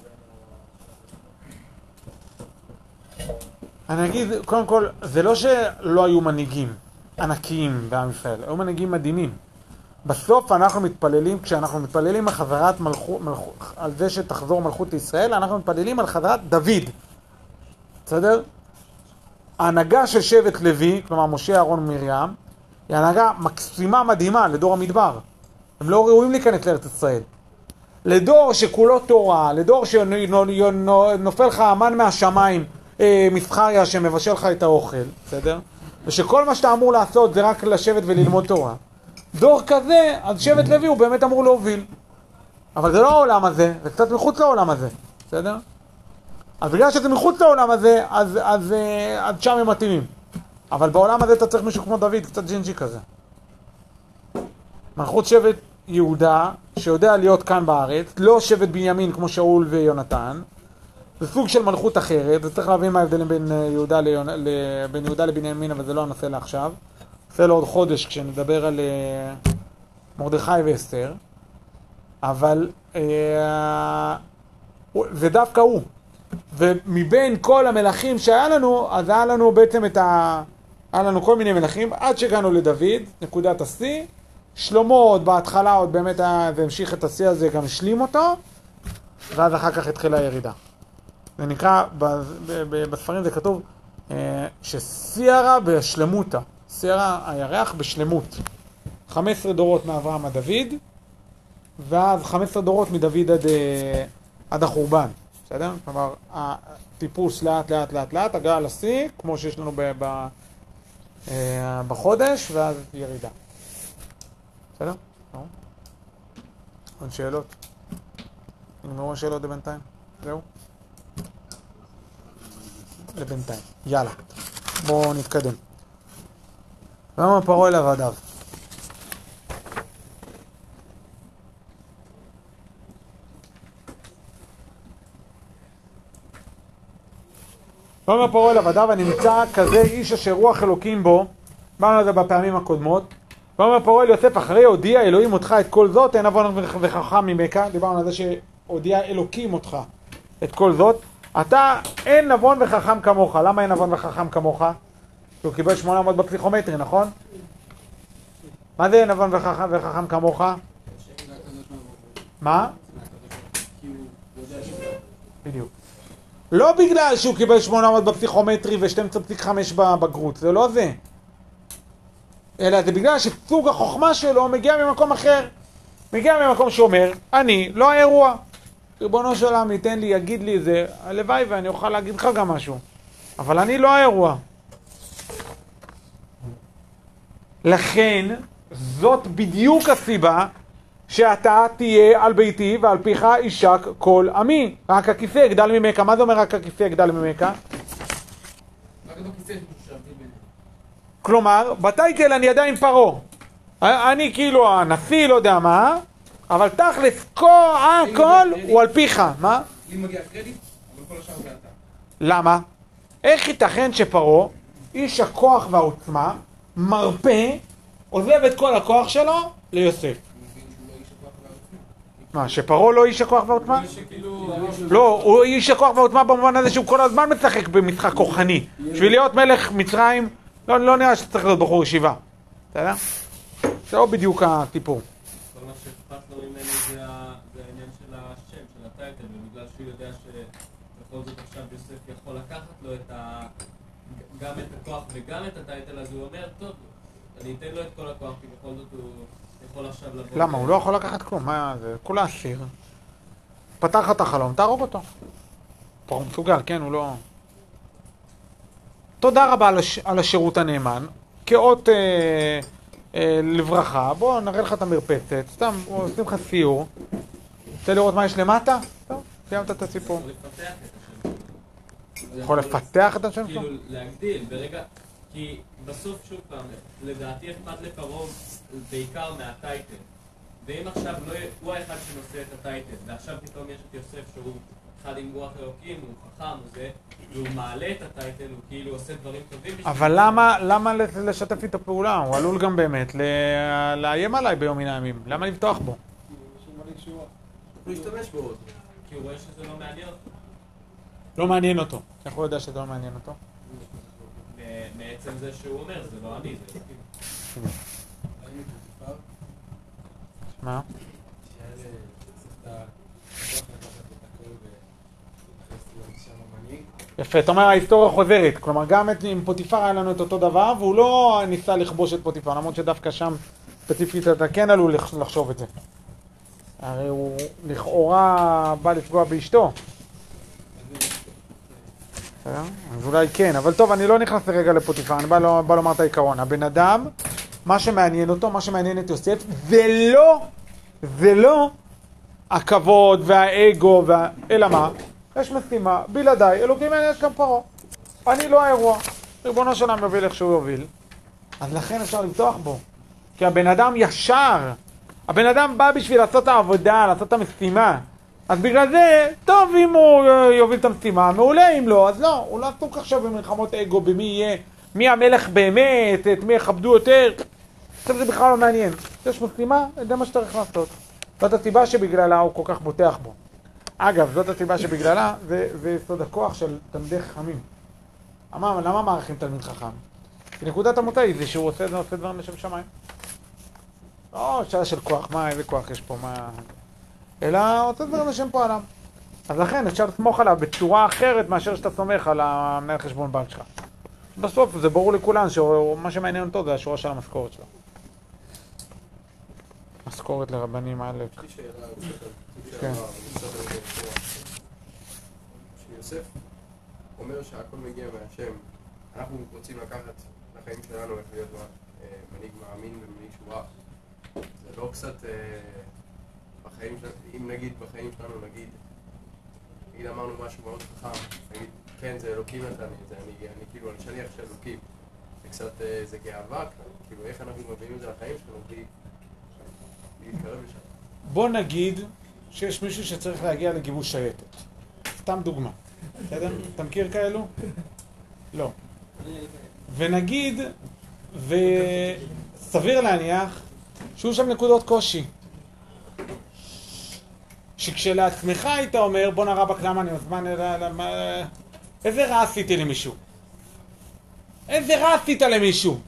משאר אני אגיד, קודם כל, זה לא שלא היו מנהיגים ענקיים בעם ישראל, היו מנהיגים מדהימים. בסוף אנחנו מתפללים, כשאנחנו מתפללים על חזרת על זה שתחזור מלכות לישראל, אנחנו מתפללים על חזרת דוד. בסדר? ההנהגה של שבט לוי, כלומר משה, אהרון ומרים, היא הנהגה מקסימה מדהימה לדור המדבר. הם לא ראויים להיכנס לארץ ישראל. לדור שכולו תורה, לדור שנופל לך המן מהשמיים, מסחריה שמבשל לך את האוכל, בסדר? ושכל מה שאתה אמור לעשות זה רק לשבת וללמוד תורה. דור כזה, אז שבט לוי הוא באמת אמור להוביל. אבל זה לא העולם הזה, זה קצת מחוץ לעולם הזה, בסדר? אז בגלל שזה מחוץ לעולם הזה, אז שם הם מתאימים. אבל בעולם הזה אתה צריך מישהו כמו דוד, קצת ג'ינג'י כזה. מלכות שבט יהודה, שיודע להיות כאן בארץ, לא שבט בנימין כמו שאול ויונתן, זה סוג של מלכות אחרת, זה צריך להבין מה ההבדלים בין יהודה לבנימין, אבל זה לא הנושא לעכשיו. נעשה לו עוד חודש כשנדבר על מרדכי ואסתר. אבל זה דווקא הוא. ומבין כל המלכים שהיה לנו, אז היה לנו בעצם היה לנו כל מיני מלכים, עד שהגענו לדוד, נקודת השיא. שלמה עוד בהתחלה, עוד באמת זה המשיך את השיא הזה, גם השלים אותו, ואז אחר כך התחילה הירידה. זה נקרא, בספרים זה כתוב, שסיירה בשלמותה, סיירה הירח בשלמות. 15 דורות מאברהם עד דוד, ואז 15 דורות מדוד עד החורבן. בסדר? כלומר, הטיפוס לאט לאט לאט לאט, הגעה לשיא, כמו שיש לנו בחודש, ואז ירידה. בסדר? עוד שאלות? נגמרו השאלות לבינתיים? זהו? לבינתיים. יאללה. בואו נתקדם. למה פרעה אל עבדיו? למה פרעה אל עבדיו? הנמצא כזה איש אשר רוח אלוקים בו, אמרנו את זה בפעמים הקודמות. ואומר פרעה אל יוסף, אחרי הודיע אלוהים אותך את כל זאת, אין נבון וחכם ממך. דיברנו על זה שהודיע אלוקים אותך את כל זאת. אתה אין נבון וחכם כמוך. למה אין נבון וחכם כמוך? כי הוא קיבל 800 בפסיכומטרי, נכון? מה זה אין נבון וחכם כמוך? מה? בדיוק. לא בגלל שהוא קיבל 800 בפסיכומטרי ו12.5 בבגרות, זה לא זה. אלא זה בגלל שסוג החוכמה שלו מגיע ממקום אחר. מגיע ממקום שאומר, אני לא האירוע. ריבונו של עולם ייתן לי, יגיד לי זה, הלוואי ואני אוכל להגיד לך גם משהו. אבל אני לא האירוע. לכן, זאת בדיוק הסיבה שאתה תהיה על ביתי ועל פיך יישק כל עמי. רק הכיסא יגדל ממך. מה זה אומר רק הכיסא יגדל ממך? רק בכיסא ששבתי ביניהם. כלומר, בטייטל אני עדיין פרעה. אני כאילו הנשיא, לא יודע מה, אבל תכלס הכל הוא על פיך. מה? לי מגיע קרדיט, אבל כל השאר זה אתה. למה? איך ייתכן שפרעה, איש הכוח והעוצמה, מרפא, עוזב את כל הכוח שלו ליוסף? אני מבין שהוא לא איש הכוח והעוצמה. מה, שפרעה לא איש הכוח והעוצמה? לא, הוא איש הכוח והעוצמה במובן הזה שהוא כל הזמן משחק במשחק כוחני. בשביל להיות מלך מצרים, לא נראה שצריך להיות בחור ישיבה. אתה יודע? זה לא בדיוק הטיפור. כל מה שאכפת לו ממנו זה העניין של השם, של הטייטל, ובגלל שהוא יודע שבכל זאת עכשיו יוסף יכול לקחת לו גם את הכוח וגם את הטייטל, אז הוא אומר, טוב, אני אתן לו את כל הכוח, כי בכל זאת הוא יכול עכשיו לבוא. למה? הוא לא יכול לקחת כלום. מה זה? כולה אסיר. פתח את החלום, תהרוג אותו. פרעה מסוגל, כן, הוא לא... תודה רבה על השירות הנאמן. כאות לברכה, בוא נראה לך את המרפסת, סתם עושים לך סיור. רוצה לראות מה יש למטה? טוב, סיימת את הסיפור. יכול לפתח את השם שלו? יכול לפתח את השם שלו? כאילו להגדיל ברגע, כי בסוף שוב פעם, לדעתי אכפת לפרעה בעיקר מהטייטל. ואם עכשיו הוא האחד שנושא את הטייטל, ועכשיו פתאום יש את יוסף שהוא אחד עם רוח אלוקים, הוא חכם, הוא זה, והוא מעלה את הטייטל, הוא כאילו עושה דברים טובים. אבל למה לשתף איתו פעולה? הוא עלול גם באמת לאיים עליי ביום מן הימים. למה לבטוח בו? הוא ישתמש בו עוד, כי הוא רואה שזה לא מעניין אותו. לא מעניין אותו. איך הוא יודע שזה לא מעניין אותו? מעצם זה שהוא אומר, זה לא אני, זה אלוקים. מה? יפה, אתה אומר ההיסטוריה חוזרת, כלומר גם עם פוטיפר היה לנו את אותו דבר והוא לא ניסה לכבוש את פוטיפר, למרות שדווקא שם ספציפית אתה כן עלול לחשוב את זה. הרי הוא לכאורה בא לפגוע באשתו. אז אולי כן, אבל טוב, אני לא נכנס לרגע לפוטיפר, אני בא לומר את העיקרון. הבן אדם, מה שמעניין אותו, מה שמעניין את יוסף, זה לא הכבוד והאגו, אלא מה? יש משימה, בלעדיי, אלוקים יש גם פרעה. אני לא האירוע. ריבונו של עולם יוביל איך שהוא יוביל. אז לכן אפשר לבטוח בו. כי הבן אדם ישר. הבן אדם בא בשביל לעשות את העבודה, לעשות את המשימה. אז בגלל זה, טוב אם הוא יוביל את המשימה, מעולה אם לא, אז לא. הוא לא עסוק עכשיו במלחמות אגו, במי יהיה, מי המלך באמת, את מי יכבדו יותר. עכשיו זה בכלל לא מעניין. יש משימה, זה מה שצריך לעשות. זאת הסיבה שבגללה הוא כל כך בוטח בו. אגב, זאת הסיבה שבגללה זה יסוד הכוח של תלמידי חכמים. למה מעריכים תלמיד חכם? כי נקודת המוצא היא זה שהוא עושה דברים לשם שמיים. לא שאלה של כוח, איזה כוח יש פה, אלא עושה דברים לשם פועלם. אז לכן אפשר לסמוך עליו בצורה אחרת מאשר שאתה סומך על המנהל חשבון בנק שלך. בסוף זה ברור לכולן שמה שמעניין אותו זה השורה של המשכורת שלו. משכורת לרבנים האלה. יש לי שאלה, כן. שיוסף אומר שהכל מגיע מהשם, אנחנו רוצים לקחת לחיים שלנו איך להיות מנהיג מאמין ומנהיג שורה. זה לא קצת בחיים שלנו, אם נגיד בחיים שלנו נגיד אמרנו משהו מאוד חכם, נגיד כן זה אלוקים נתן לי את זה, אני כאילו אני שליח של אלוקים, זה קצת זה גאווה, כאילו איך אנחנו מביאים את זה לחיים שלנו בלי להתקרב לשם. בוא נגיד שיש מישהו שצריך להגיע לגיבוש שייטת. סתם דוגמה. אתה מכיר כאלו? לא. ונגיד, וסביר להניח, שהוא שם נקודות קושי. שכשלעצמך היית אומר, בוא נראה בקלמה, אני מזמן, איזה רע עשיתי למישהו? איזה רע עשית למישהו?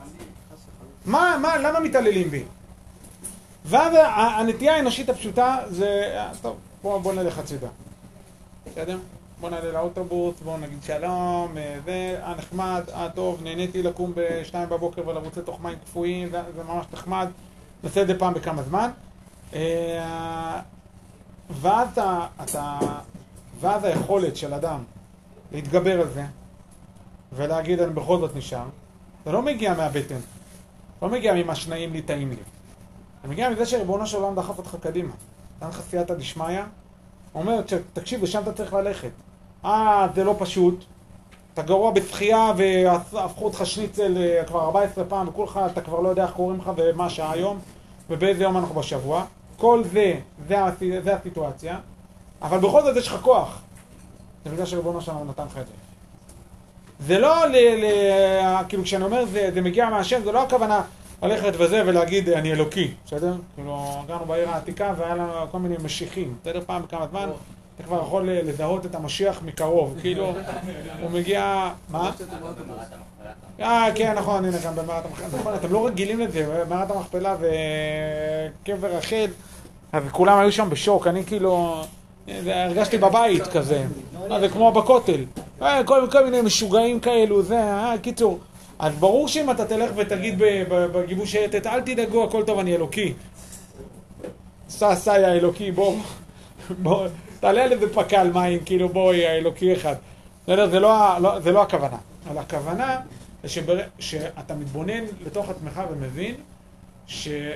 למה מתעללים בי? ואז הנטייה האנושית הפשוטה זה, טוב, בוא נלך הצידה. בסדר? בוא נעלה לאוטובוס, בוא נגיד שלום, זה נחמד, טוב, נהניתי לקום ב2 בבוקר ולרוץ לתוך מים קפואים, זה ממש נחמד, נעשה את זה פעם בכמה זמן. ואז היכולת של אדם להתגבר על זה ולהגיד אני בכל זאת נשאר, זה לא מגיע מהבטן, לא מגיע ממה שנעים לי, טעים לי. זה מגיע מזה שריבונו של עולם דחף אותך קדימה. נתן לך סייעתא דשמיא, אומרת שתקשיב, ושם אתה צריך ללכת. זה לא פשוט. אתה גרוע בשחייה והפכו אותך שניצל כבר 14 פעם, וכולך אתה כבר לא יודע איך קוראים לך ומה השעה היום, ובאיזה יום אנחנו בשבוע. כל זה הסיטואציה, אבל בכל זאת יש לך כוח. זה בגלל שריבונו שלנו נתן לך את זה. זה לא, כאילו כשאני אומר זה מגיע מהשם, זה לא הכוונה ללכת וזה ולהגיד אני אלוקי, בסדר? כאילו גרנו בעיר העתיקה והיה לנו כל מיני משיחים, בסדר? פעם בכמה זמן אתה כבר יכול לזהות את המשיח מקרוב, כאילו הוא מגיע, מה? כן, נכון, הנה גם במערת המכפלה, נכון, אתם לא רגילים לזה, במערת המכפלה וקבר רחל, אז כולם היו שם בשוק, אני כאילו הרגשתי בבית כזה, זה כמו בכותל, כל מיני משוגעים כאלו, זה, קיצור. אז ברור שאם אתה תלך ותגיד בגיבוש שייטת, אל תדאגו, הכל טוב, אני אלוקי. סע, יא אלוקי, בוא, תעלה על איזה פקל מים, כאילו בואי, האלוקי אחד. זה לא הכוונה. אבל הכוונה זה שאתה מתבונן לתוך עצמך ומבין שיש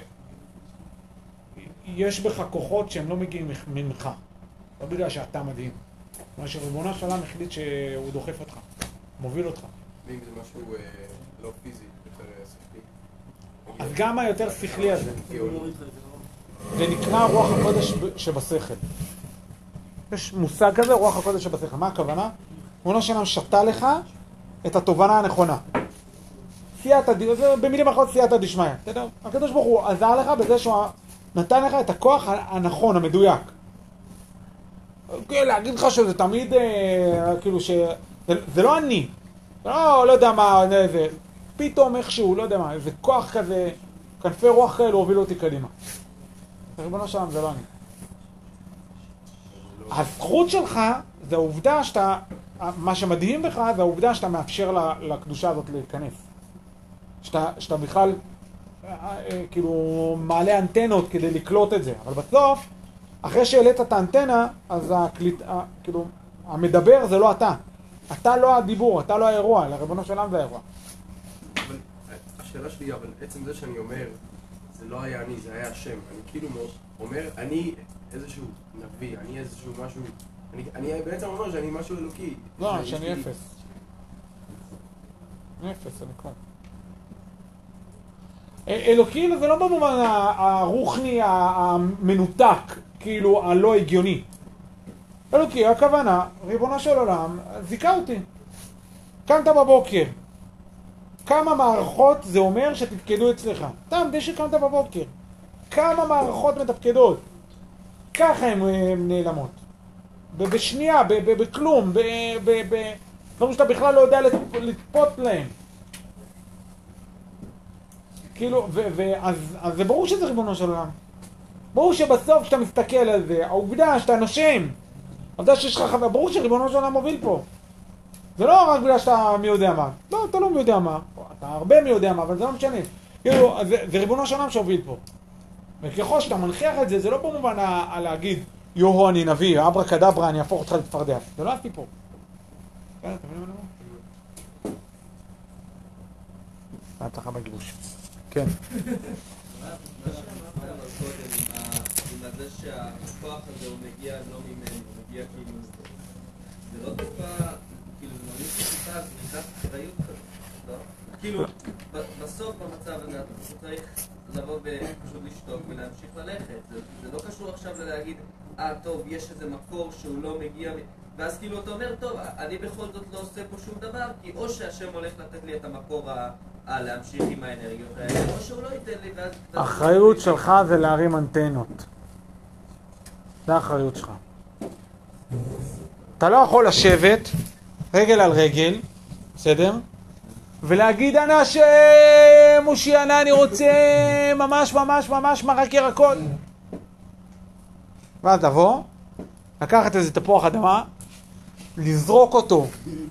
בך כוחות שהם לא מגיעים ממך. לא בגלל שאתה מדהים. מה שריבונו של עולם החליט שהוא דוחף אותך, מוביל אותך. ואם זה משהו לא פיזי, יותר שכלי. אז גם היותר שכלי הזה, זה נקרא רוח הקודש שבשכל. יש מושג כזה, רוח הקודש שבשכל. מה הכוונה? ריבונו של עולם שתה לך את התובנה הנכונה. במילים אחרות סייעתא דשמיא. הקדוש ברוך הוא עזר לך בזה שהוא נתן לך את הכוח הנכון, המדויק. להגיד לך שזה תמיד, כאילו זה לא אני. לא יודע מה, זה פתאום איכשהו, לא יודע מה, איזה כוח כזה, כנפי רוח כאלו הובילו אותי קדימה. ריבונו שלם, זה לא אני. הזכות שלך זה העובדה שאתה, מה שמדהים בך זה העובדה שאתה מאפשר לקדושה הזאת להיכנס. שאתה בכלל כאילו מעלה אנטנות כדי לקלוט את זה. אבל בסוף, אחרי שהעלית את האנטנה, אז כאילו, המדבר זה לא אתה. אתה לא הדיבור, אתה לא האירוע, לריבונו של עולם זה האירוע. אבל השאלה שלי, אבל עצם זה שאני אומר, זה לא היה אני, זה היה השם. אני כאילו אומר, אני איזשהו נביא, אני איזשהו משהו, אני בעצם אומר שאני משהו אלוקי. לא, שאני אפס. אני אפס, אני כלום. אלוקי זה לא במובן הרוחני המנותק, כאילו הלא הגיוני. אלוקי, הכוונה, ריבונו של עולם, זיקה אותי. קמת בבוקר. כמה מערכות זה אומר שתתקדו אצלך. די שקמת בבוקר. כמה מערכות מתפקדות. ככה הן נעלמות. בשנייה, בכלום, דברים שאתה בכלל לא יודע לצפות להם. כאילו, אז זה ברור שזה ריבונו של עולם. ברור שבסוף כשאתה מסתכל על זה, העובדה שאתה נושם, העובדה שיש לך חוויה, ברור שריבונו של עולם מוביל פה. זה לא רק בגלל שאתה מי יודע מה. לא, אתה לא מי יודע מה. אתה הרבה מי יודע מה, אבל זה לא משנה. כאילו, זה ריבונו של עולם שהוביל פה. וככל שאתה מנחיח את זה, זה לא במובן להגיד, יוהו אני נביא, אברה קדברה, אני אהפוך אותך לצפרדע. זה לא הסיפור. אתה מבין מה אני אומר? הצלחה בגיבוש. כן. מה שאמרת אבל קודם, עם זה שהכוח הזה הוא מגיע לא ממנו, הוא מגיע כאילו... זה לא טיפה, כאילו זה מרגיש לי טיפה זריקת אחריות כזאת, לא? כאילו, בסוף במצב הזה אתה צריך לבוא ופשוט לשתוק ולהמשיך ללכת. זה לא קשור עכשיו להגיד, טוב, יש איזה מקור שהוא לא מגיע... ואז כאילו אתה אומר, טוב, אני בכל זאת לא עושה פה שום דבר, כי או שהשם הולך לתת לי את המקור להמשיך עם האנרגיות האלה, או שהוא לא ייתן לי, ואז... האחריות שלך זה להרים אנטנות. זה האחריות שלך. אתה לא יכול לשבת, רגל על רגל, בסדר? ולהגיד, אנא השם, מושיענה, אני רוצה ממש ממש ממש מרק ירקות. ואז לבוא, לקחת איזה תפוח אדמה, לזרוק אותו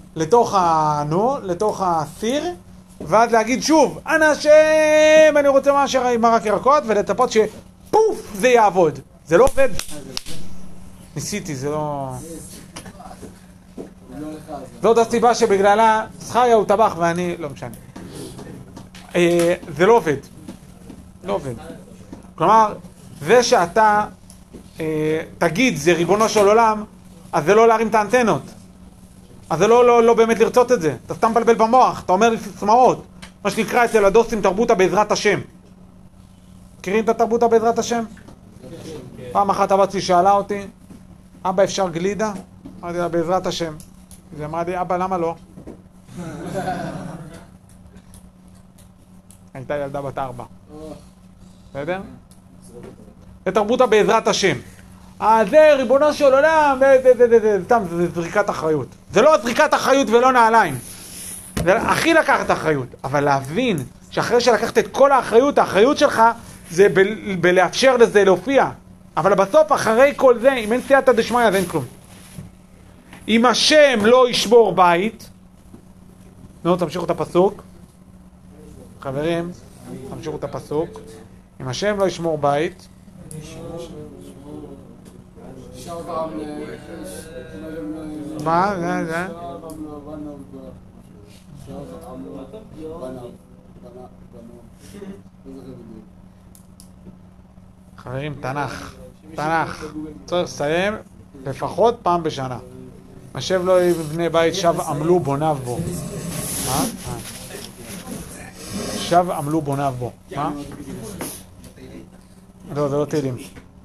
לתוך הסיר, ואז להגיד שוב, אנא השם, אני רוצה מרק ירקות, ולצפות שפוף, זה יעבוד. זה לא עובד. ניסיתי, זה לא... זאת הסיבה שבגללה זכריה הוא טבח ואני לא משנה. זה לא עובד. לא עובד. כלומר, זה שאתה תגיד זה ריבונו של עולם, אז זה לא להרים את האנטנות. אז זה לא באמת לרצות את זה. אתה סתם בלבל במוח, אתה אומר לי סיסמאות. מה שנקרא אצל הדוסים תרבותה בעזרת השם. מכירים את התרבותה בעזרת השם? פעם אחת הבת שלי שאלה אותי, אבא אפשר גלידה? אמרתי לה בעזרת השם. היא אמרה לי, אבא למה לא? הייתה ילדה בת 4. בסדר? זה תרבותה בעזרת השם. זה ריבונו של עולם, סתם, זה זריקת אחריות. זה לא זריקת אחריות ולא נעליים. זה הכי לקחת אחריות. אבל להבין שאחרי שלקחת את כל האחריות, האחריות שלך זה בלאפשר לזה להופיע. אבל בסוף, אחרי כל זה, אם אין סייעתא דשמיא, אז אין כלום. אם השם לא ישבור בית, נו, תמשיכו את הפסוק. חברים, תמשיכו את הפסוק. אם השם לא ישמור בית, מה? זה? חברים, תנ"ך. צריך לסיים לפחות פעם בשנה. השב לא יבנה בית, שב עמלו בוניו בו. מה? שב עמלו בוניו בו. מה? לא, זה לא תהילים.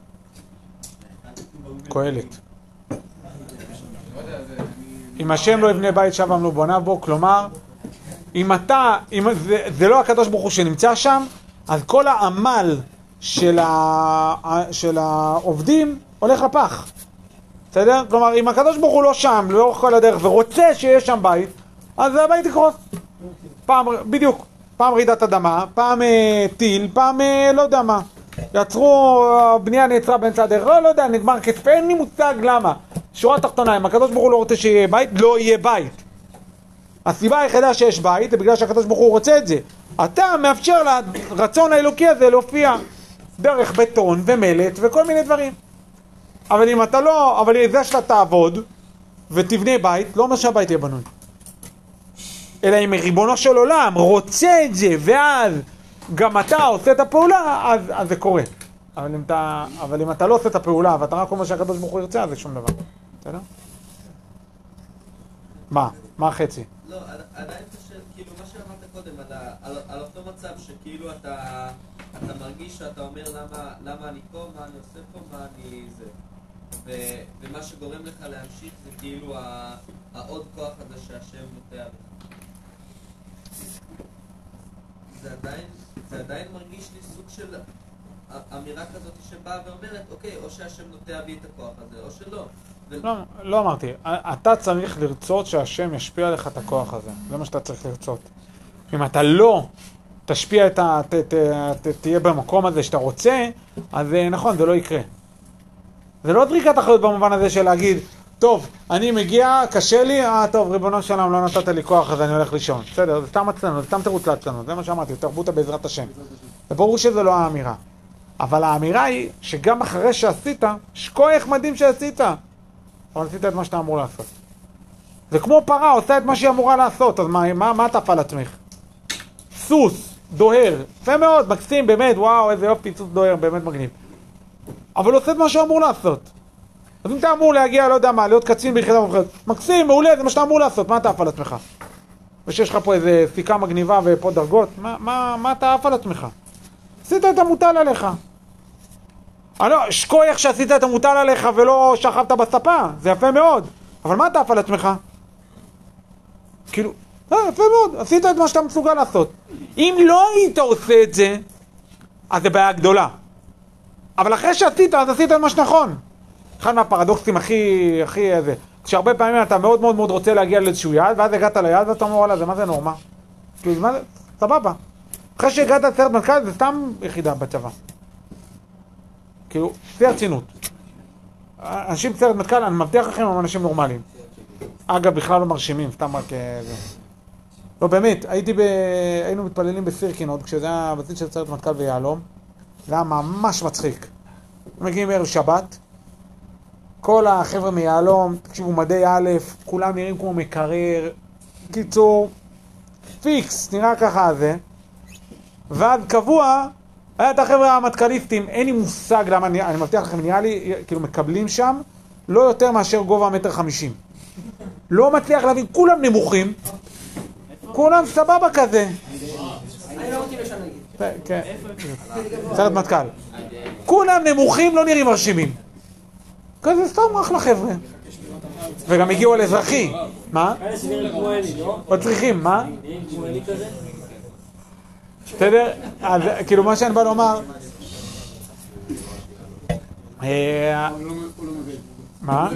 קהלת. אם השם לא יבנה בית, שב עמלו בוניו בו. כלומר, אם זה לא הקדוש ברוך הוא שנמצא שם, אז כל העמל של העובדים הולך לפח. בסדר? כלומר, אם הקדוש ברוך הוא לא שם, לאורך כל הדרך, ורוצה שיש שם בית, אז הבית יקרוס. בדיוק. פעם רעידת אדמה, פעם טיל, פעם לא יודע מה. יצרו, בנייה נעצרה באמצע הדרך, לא יודע, נגמר כסף, אין לי מושג למה. שורה תחתונה, אם הקדוש ברוך הוא לא רוצה שיהיה בית, לא יהיה בית. הסיבה היחידה שיש בית, זה בגלל שהקדוש ברוך הוא רוצה את זה. אתה מאפשר לרצון האלוקי הזה להופיע דרך בטון ומלט וכל מיני דברים. אבל אם אתה לא, אבל זה שאתה תעבוד ותבנה בית, לא אומר שהבית יהיה בנוי. אלא אם ריבונו של עולם רוצה את זה, ואז גם אתה עושה את הפעולה, אז זה קורה. אבל אם אתה לא עושה את הפעולה, ואתה רק אומר שהקדוש ברוך הוא ירצה, אז זה שום דבר. בסדר? מה? מה החצי? לא, עדיין חושב, כאילו מה שאמרת קודם, על אותו מצב שכאילו אתה מרגיש שאתה אומר למה אני פה, מה אני עושה פה, מה אני זה. ומה שגורם לך להמשיך זה כאילו העוד כוח הזה שהשם נוטע בך. זה עדיין מרגיש לי סוג של אמירה כזאת שבאה ואומרת, אוקיי, או שהשם נוטע בי את הכוח הזה, או שלא. לא אמרתי, אתה צריך לרצות שהשם ישפיע לך את הכוח הזה, זה מה שאתה צריך לרצות. אם אתה לא תשפיע תהיה במקום הזה שאתה רוצה, אז נכון, זה לא יקרה. זה לא זריקת אחריות במובן הזה של להגיד, טוב, אני מגיע, קשה לי, טוב, ריבונו של עולם, לא נתת לי כוח, אז אני הולך לישון. בסדר, זה סתם עצלנות, זה סתם תירוץ לעצלנות, זה מה שאמרתי, תרבות בעזרת השם. זה ברור שזה לא האמירה. אבל האמירה היא שגם אחרי שעשית, שכוח מדהים שעשית, אבל עשית את מה שאתה אמור לעשות. זה כמו פרה, עושה את מה שהיא אמורה לעשות, אז מה אתה עפה לעצמך? סוס, דוהר, יפה מאוד, מקסים, באמת, וואו, איזה יופי, סוס דוהר, באמת מגניב. אבל עושה את מה שהוא אמור לעשות. אז אם אתה אמור להגיע, לא יודע מה, להיות קצין ביחידה מובחרת, מקסים, מעולה, זה מה שאתה אמור לעשות, מה אתה עפה לעצמך? ושיש לך פה איזה סיכה מגניבה ופה דרגות, מה אתה עפה לעצמך? עשית את המוטל עליך. שכוח שעשית את המוטל עליך ולא שכבת בספה, זה יפה מאוד. אבל מה אתה עפה לעצמך? כאילו, יפה מאוד, עשית את מה שאתה מסוגל לעשות. אם לא היית עושה את זה, אז זה בעיה גדולה. אבל אחרי שעשית, אז עשית את מה שנכון. אחד מהפרדוקסים הכי איזה, שהרבה פעמים אתה מאוד מאוד מאוד רוצה להגיע לאיזשהו יעד, ואז הגעת ליעד ואתה אומר, וואלה, זה מה זה נורמה? כאילו, מה זה? סבבה. אחרי שהגעת לסיירת מטכ"ל, זה סתם יחידה בצבא. כאילו, זה הרצינות. אנשים בסיירת מטכ"ל, אני מבטיח לכם, הם אנשים נורמליים. אגב, בכלל לא מרשימים, סתם רק זה. לא, באמת, היינו מתפללים בסירקין עוד, כשזה היה בסיס של סיירת מטכ"ל ויעלום. זה היה ממש מצחיק. מגיעים ערב שבת, כל החבר'ה מיעלום, תקשיבו, מדי א', כולם נראים כמו מקרר, קיצור, פיקס, נראה ככה זה. ועד קבוע, היה את החבר'ה המטכ"ליסטים, אין לי מושג למה, אני מבטיח לכם, נראה לי, כאילו מקבלים שם, לא יותר מאשר גובה 1.50 מטר. לא מצליח להבין, כולם נמוכים, כולם סבבה כזה. אני לא מתאים לשם נגיד. כן, סיירת מטכ"ל. כולם נמוכים, לא נראים מרשימים. כזה סתם אחלה חבר'ה. וגם הגיעו על אזרחי. מה? עוד צריכים, מה? בסדר? אז כאילו מה שאני בא לומר... מה?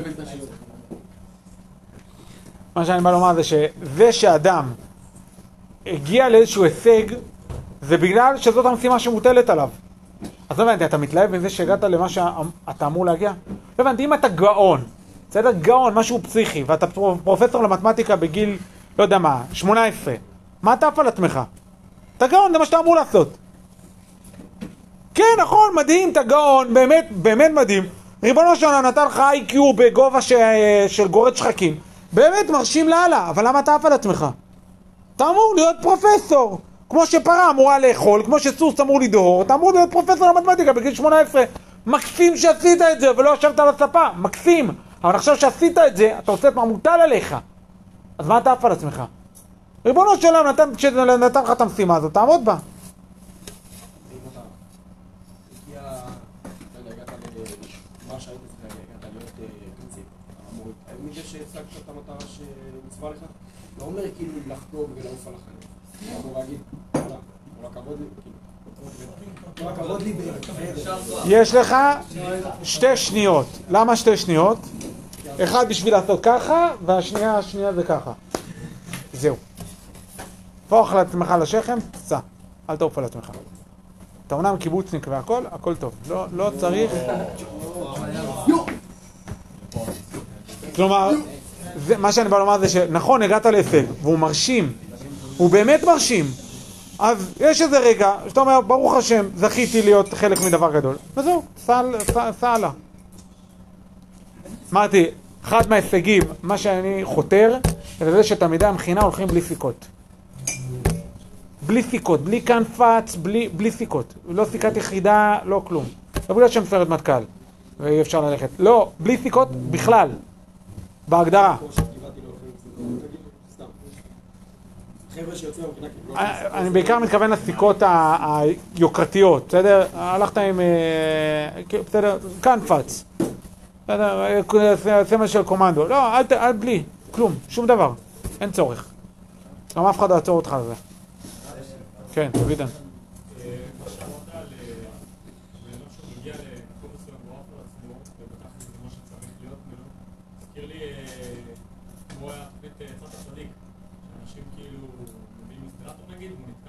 מה שאני בא לומר זה שזה שאדם הגיע לאיזשהו הישג, זה בגלל שזאת המשימה שמוטלת עליו. אז לא הבנתי, אתה מתלהב מזה שהגעת למה שאתה אמור להגיע? לא הבנתי, אם אתה גאון, בסדר? גאון, משהו פסיכי, ואתה פרופסור למתמטיקה בגיל, לא יודע מה, 18, מה אתה עף על עצמך? אתה גאון, זה מה שאתה אמור לעשות. כן, נכון, מדהים, אתה גאון, באמת, באמת מדהים. ריבונו של עולם נתן לך IQ בגובה של גורד שחקים. באמת מרשים לאללה, אבל למה אתה עף על עצמך? אתה אמור להיות פרופסור. כמו שפרה אמורה לאכול, כמו שסוס אמור לדהור, אתה אמור להיות פרופסור למתמטיקה בגיל 18. מקסים שעשית את זה ולא ישבת על הספה, מקסים. אבל עכשיו שעשית את זה, אתה עושה את מה מוטל עליך. אז מה אתה עף על עצמך? ריבונו של עולם נתן לך את המשימה הזאת, תעמוד בה. לא אומר כאילו לחגוג ולעוף על החיים. הוא אמור להגיד, כל הכבוד לי, כל הכבוד לי יש לך 2 שניות. למה 2 שניות? אחד בשביל לעשות ככה, והשנייה זה ככה. זהו. פוח לעצמך לשכם, תצא. אל תעוף על עצמך. אתה אומנם קיבוצניק והכל, הכל טוב. לא צריך... כלומר... מה שאני בא לומר זה שנכון, הגעת להישג, והוא מרשים, הוא באמת מרשים, אז יש איזה רגע שאתה אומר, ברוך השם, זכיתי להיות חלק מדבר גדול, וזהו, סעלה. אמרתי, אחד מההישגים, מה שאני חותר, זה שתלמידי המכינה הולכים בלי סיכות. בלי סיכות, בלי קנפץ, בלי סיכות. לא סיכת יחידה, לא כלום. לא בגלל שהם סיירת מטכ"ל, ואי אפשר ללכת. לא, בלי סיכות בכלל. בהגדרה. אני בעיקר מתכוון לסיכות היוקרתיות, בסדר? הלכת עם, בסדר, קנפץ, בסדר, סמל של קומנדו, לא, אל בלי, כלום, שום דבר, אין צורך. גם אף אחד לא יעצור אותך על זה. כן, תבידן. מה שאמרת על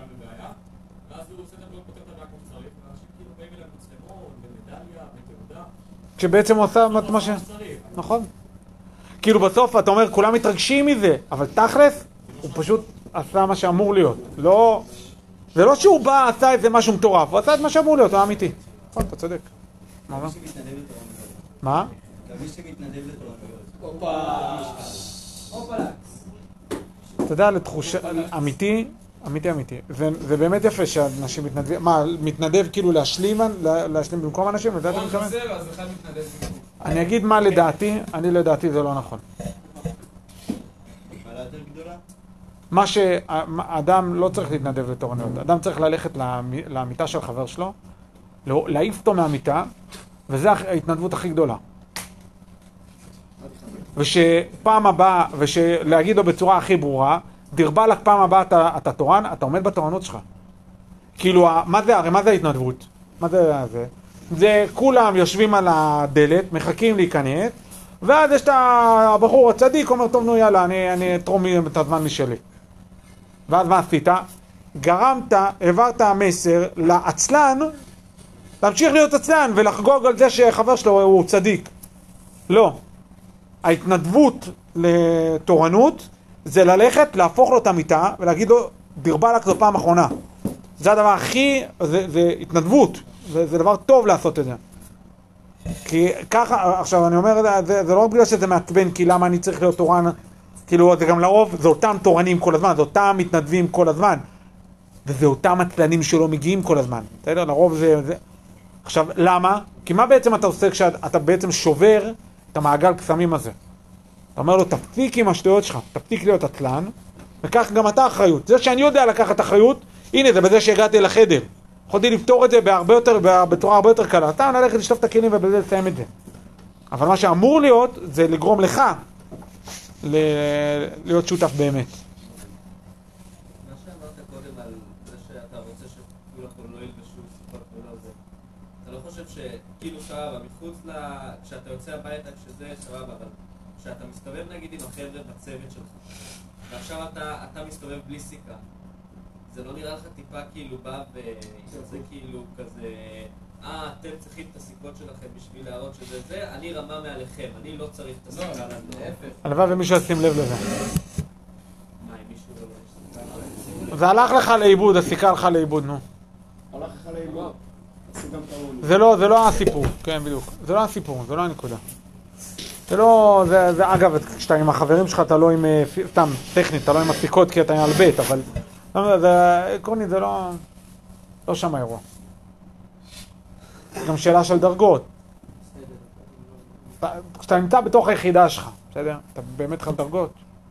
נתקל בבעיה, ואז הוא עושה את הכל, פותר את הבעיה כמו שצריך, ואנשים כאילו באים אליו מצלמות, במדליה, בתעודה. כשבעצם הוא עושה את מה ש... נכון. כאילו בסוף אתה אומר, כולם מתרגשים מזה, אבל תכלס, הוא פשוט עשה מה שאמור להיות. לא... זה לא שהוא בא, עשה איזה משהו מטורף, הוא עשה את מה שאמור להיות, הוא אמיתי. נכון, אתה צודק. מה? מה? מי שמתנדב לתורנויות. הופה. אתה יודע, לתחושה, אמיתי. זה באמת יפה שאנשים מתנדבים, מה, מתנדב כאילו להשלים במקום אנשים, לדעת אני מתכוון? אז אחד מתנדב במקום. אני אגיד מה לדעתי, לדעתי זה לא נכון. מעלה יותר גדולה? מה שאדם לא צריך להתנדב לתורנויות, אדם צריך ללכת למיטה של חבר שלו, להעיף אותו מהמיטה, וזה ההתנדבות הכי גדולה. ושפעם הבאה, ושלהגיד לו בצורה הכי ברורה, דרבה לך פעם הבאה אתה תורן, אתה עומד בתורנות שלך. כאילו, הרי מה זה ההתנדבות? מה זה זה? זה כולם יושבים על הדלת, מחכים להיכנס, ואז יש את הבחור הצדיק, אומר, טוב, נו, יאללה, אני אתרום את הזמן משלי. ואז מה עשית? העברת המסר לעצלן, להמשיך להיות עצלן ולחגוג על זה שחבר שלו הוא צדיק. לא. ההתנדבות לתורנות זה ללכת, להפוך לו את המיטה ולהגיד לו, דרבה לך זו פעם אחרונה. זה הדבר הכי, זה התנדבות. זה דבר טוב לעשות את זה. כי ככה, עכשיו אני אומר, זה לא בגלל שזה מעצבן, כי למה אני צריך להיות תורן, כאילו זה גם לרוב, זה אותם תורנים כל הזמן, זה אותם מתנדבים כל הזמן. וזה אותם עצלנים שלא מגיעים כל הזמן. בסדר? לרוב זה... עכשיו, למה? כי מה בעצם אתה עושה כשאתה בעצם שובר את המעגל קסמים הזה? אתה אומר לו, תפסיק עם השטויות שלך, תפסיק להיות עצלן, וכך גם אתה אחריות. זה שאני יודע לקחת אחריות, הנה זה בזה שהגעתי לחדר. יכולתי לפתור את זה בצורה הרבה יותר קלה. אתה נלכת לשטוף את הכלים ובזה לסיים את זה. אבל מה שאמור להיות, זה לגרום לך להיות שותף באמת. מה שאמרת קודם על זה שאתה רוצה שכולם פה לא ילבשו סיפות ולא זה, אתה לא חושב שכאילו סבבה, מחוץ כשאתה יוצא הביתה כשזה סבבה, אבל כשאתה מסתובב נגיד עם החבר'ה בצוות שלך, ועכשיו אתה מסתובב בלי סיכה, זה לא נראה לך טיפה כאילו בא וזה כאילו כזה, אתם צריכים את הסיכות שלכם בשביל להראות שזה זה, אני רמה מעליכם, אני לא צריך את הסיכה להפך. הלוואי ומישהו ישים לב לזה. מה, אם מישהו לא יש? זה הלך לך לאיבוד, הסיכה הלכה לאיבוד, נו. הלך לך לאיבוד. זה לא הסיפור, כן בדיוק. זה לא הסיפור, זה לא הנקודה. זה לא, זה אגב, כשאתה עם החברים שלך אתה לא עם, סתם טכנית, אתה לא עם הסיכות כי אתה על בית, אבל זה עקרונית, זה לא שם האירוע. גם שאלה של דרגות. כשאתה נמצא בתוך היחידה שלך, בסדר? אתה באמת לך דרגות.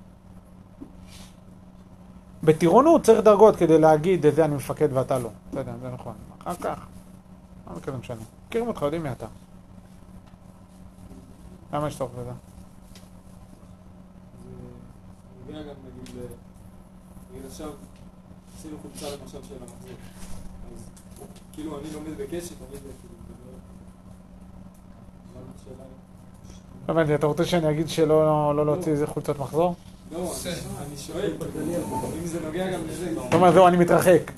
בטירונות צריך דרגות כדי להגיד את זה אני מפקד ואתה לא. בסדר, זה נכון. אחר כך, מה כזה משנה? מכירים אותך, יודעים מי אתה. למה יש צורך בזה? זה מגיע גם נגיד עכשיו עשינו חולצה למשל של המחזור, אז כאילו אני לומד בקשת, אני לא הבנתי, אתה רוצה שאני אגיד שלא להוציא איזה חולצת מחזור? לא, אני שואל, אם זה נוגע גם לזה. זאת אומרת, זהו, אני מתרחק.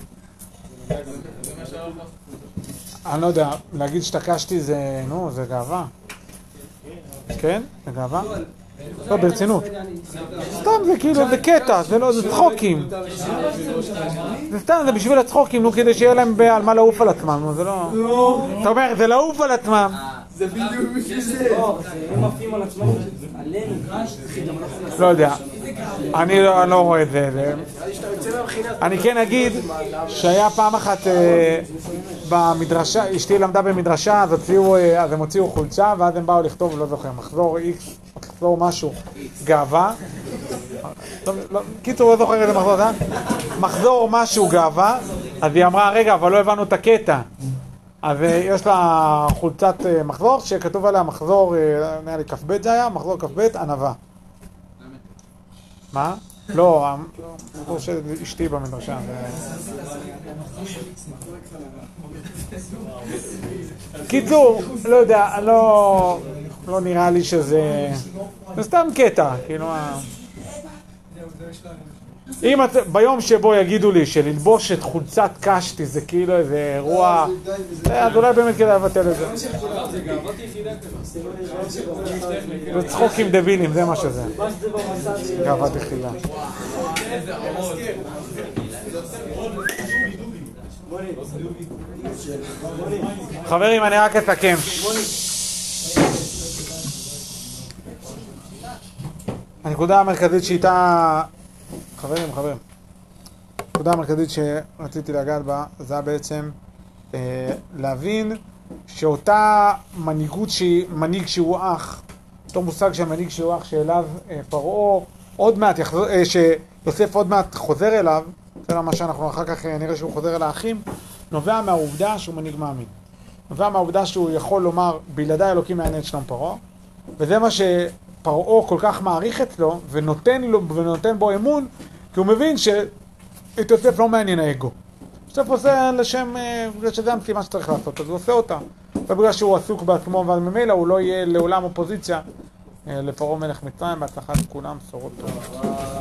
אני לא יודע, להגיד שתקשתי זה, נו, זה גאווה. כן? זה גאווה? לא, ברצינות. סתם זה כאילו, זה קטע, זה לא, זה צחוקים. זה סתם, זה בשביל הצחוקים, נו, כדי שיהיה להם על מה לעוף על עצמם, נו, זה לא... אתה אומר, זה לעוף על עצמם. זה בדיוק בשביל זה. הם עפים על עצמם, עלינו. לא יודע. אני לא רואה את זה. אני כן אגיד שהיה פעם אחת במדרשה, אשתי למדה במדרשה, אז הם הוציאו חולצה, ואז הם באו לכתוב, לא זוכר, מחזור X, מחזור משהו, גאווה. קיצור, לא זוכר איזה מחזור, מחזור משהו גאווה, אז היא אמרה, רגע, אבל לא הבנו את הקטע. אז יש לה חולצת מחזור, שכתוב עליה מחזור, נראה לי כ"ב זה היה, מחזור כ"ב, ענווה. מה? לא, המחזור של אשתי במדרשה. קיצור, לא יודע, לא נראה לי שזה... זה סתם קטע, כאילו... ביום שבו יגידו לי שללבוש את חולצת קשתי זה כאילו איזה אירוע, אז אולי באמת כדאי לבטל את זה. זה גאוות יחידה כזאת. זה צחוקים דבילים, זה מה שזה. גאוות יחידה. איזה ערוד. חברים, אני רק אסכם. הנקודה המרכזית שאיתה... חברים. הנקודה המרכזית שרציתי לגעת בה, זה בעצם להבין שאותה מנהיגות שהיא מנהיג שהוא אח, אותו מושג של מנהיג שהוא אח שאליו פרעה עוד מעט, שיוסף עוד מעט חוזר אליו, זה מה שאנחנו אחר כך נראה שהוא חוזר אל האחים, נובע מהעובדה שהוא מנהיג מאמין. נובע מהעובדה שהוא יכול לומר, בלעדיי אלוקים יענה את שלום פרעה, וזה מה שפרעה כל כך מעריך אצלו, ונותן בו אמון, כי הוא מבין שאת יוסף לא מעניין האגו. יוסף עושה לשם, בגלל שזה המשימה שצריך לעשות, אז הוא עושה אותה. ובגלל שהוא עסוק בעצמו, אבל ממילא הוא לא יהיה לעולם אופוזיציה לפרעה מלך מצרים, בהצלחה לכולם, בשורות טובות.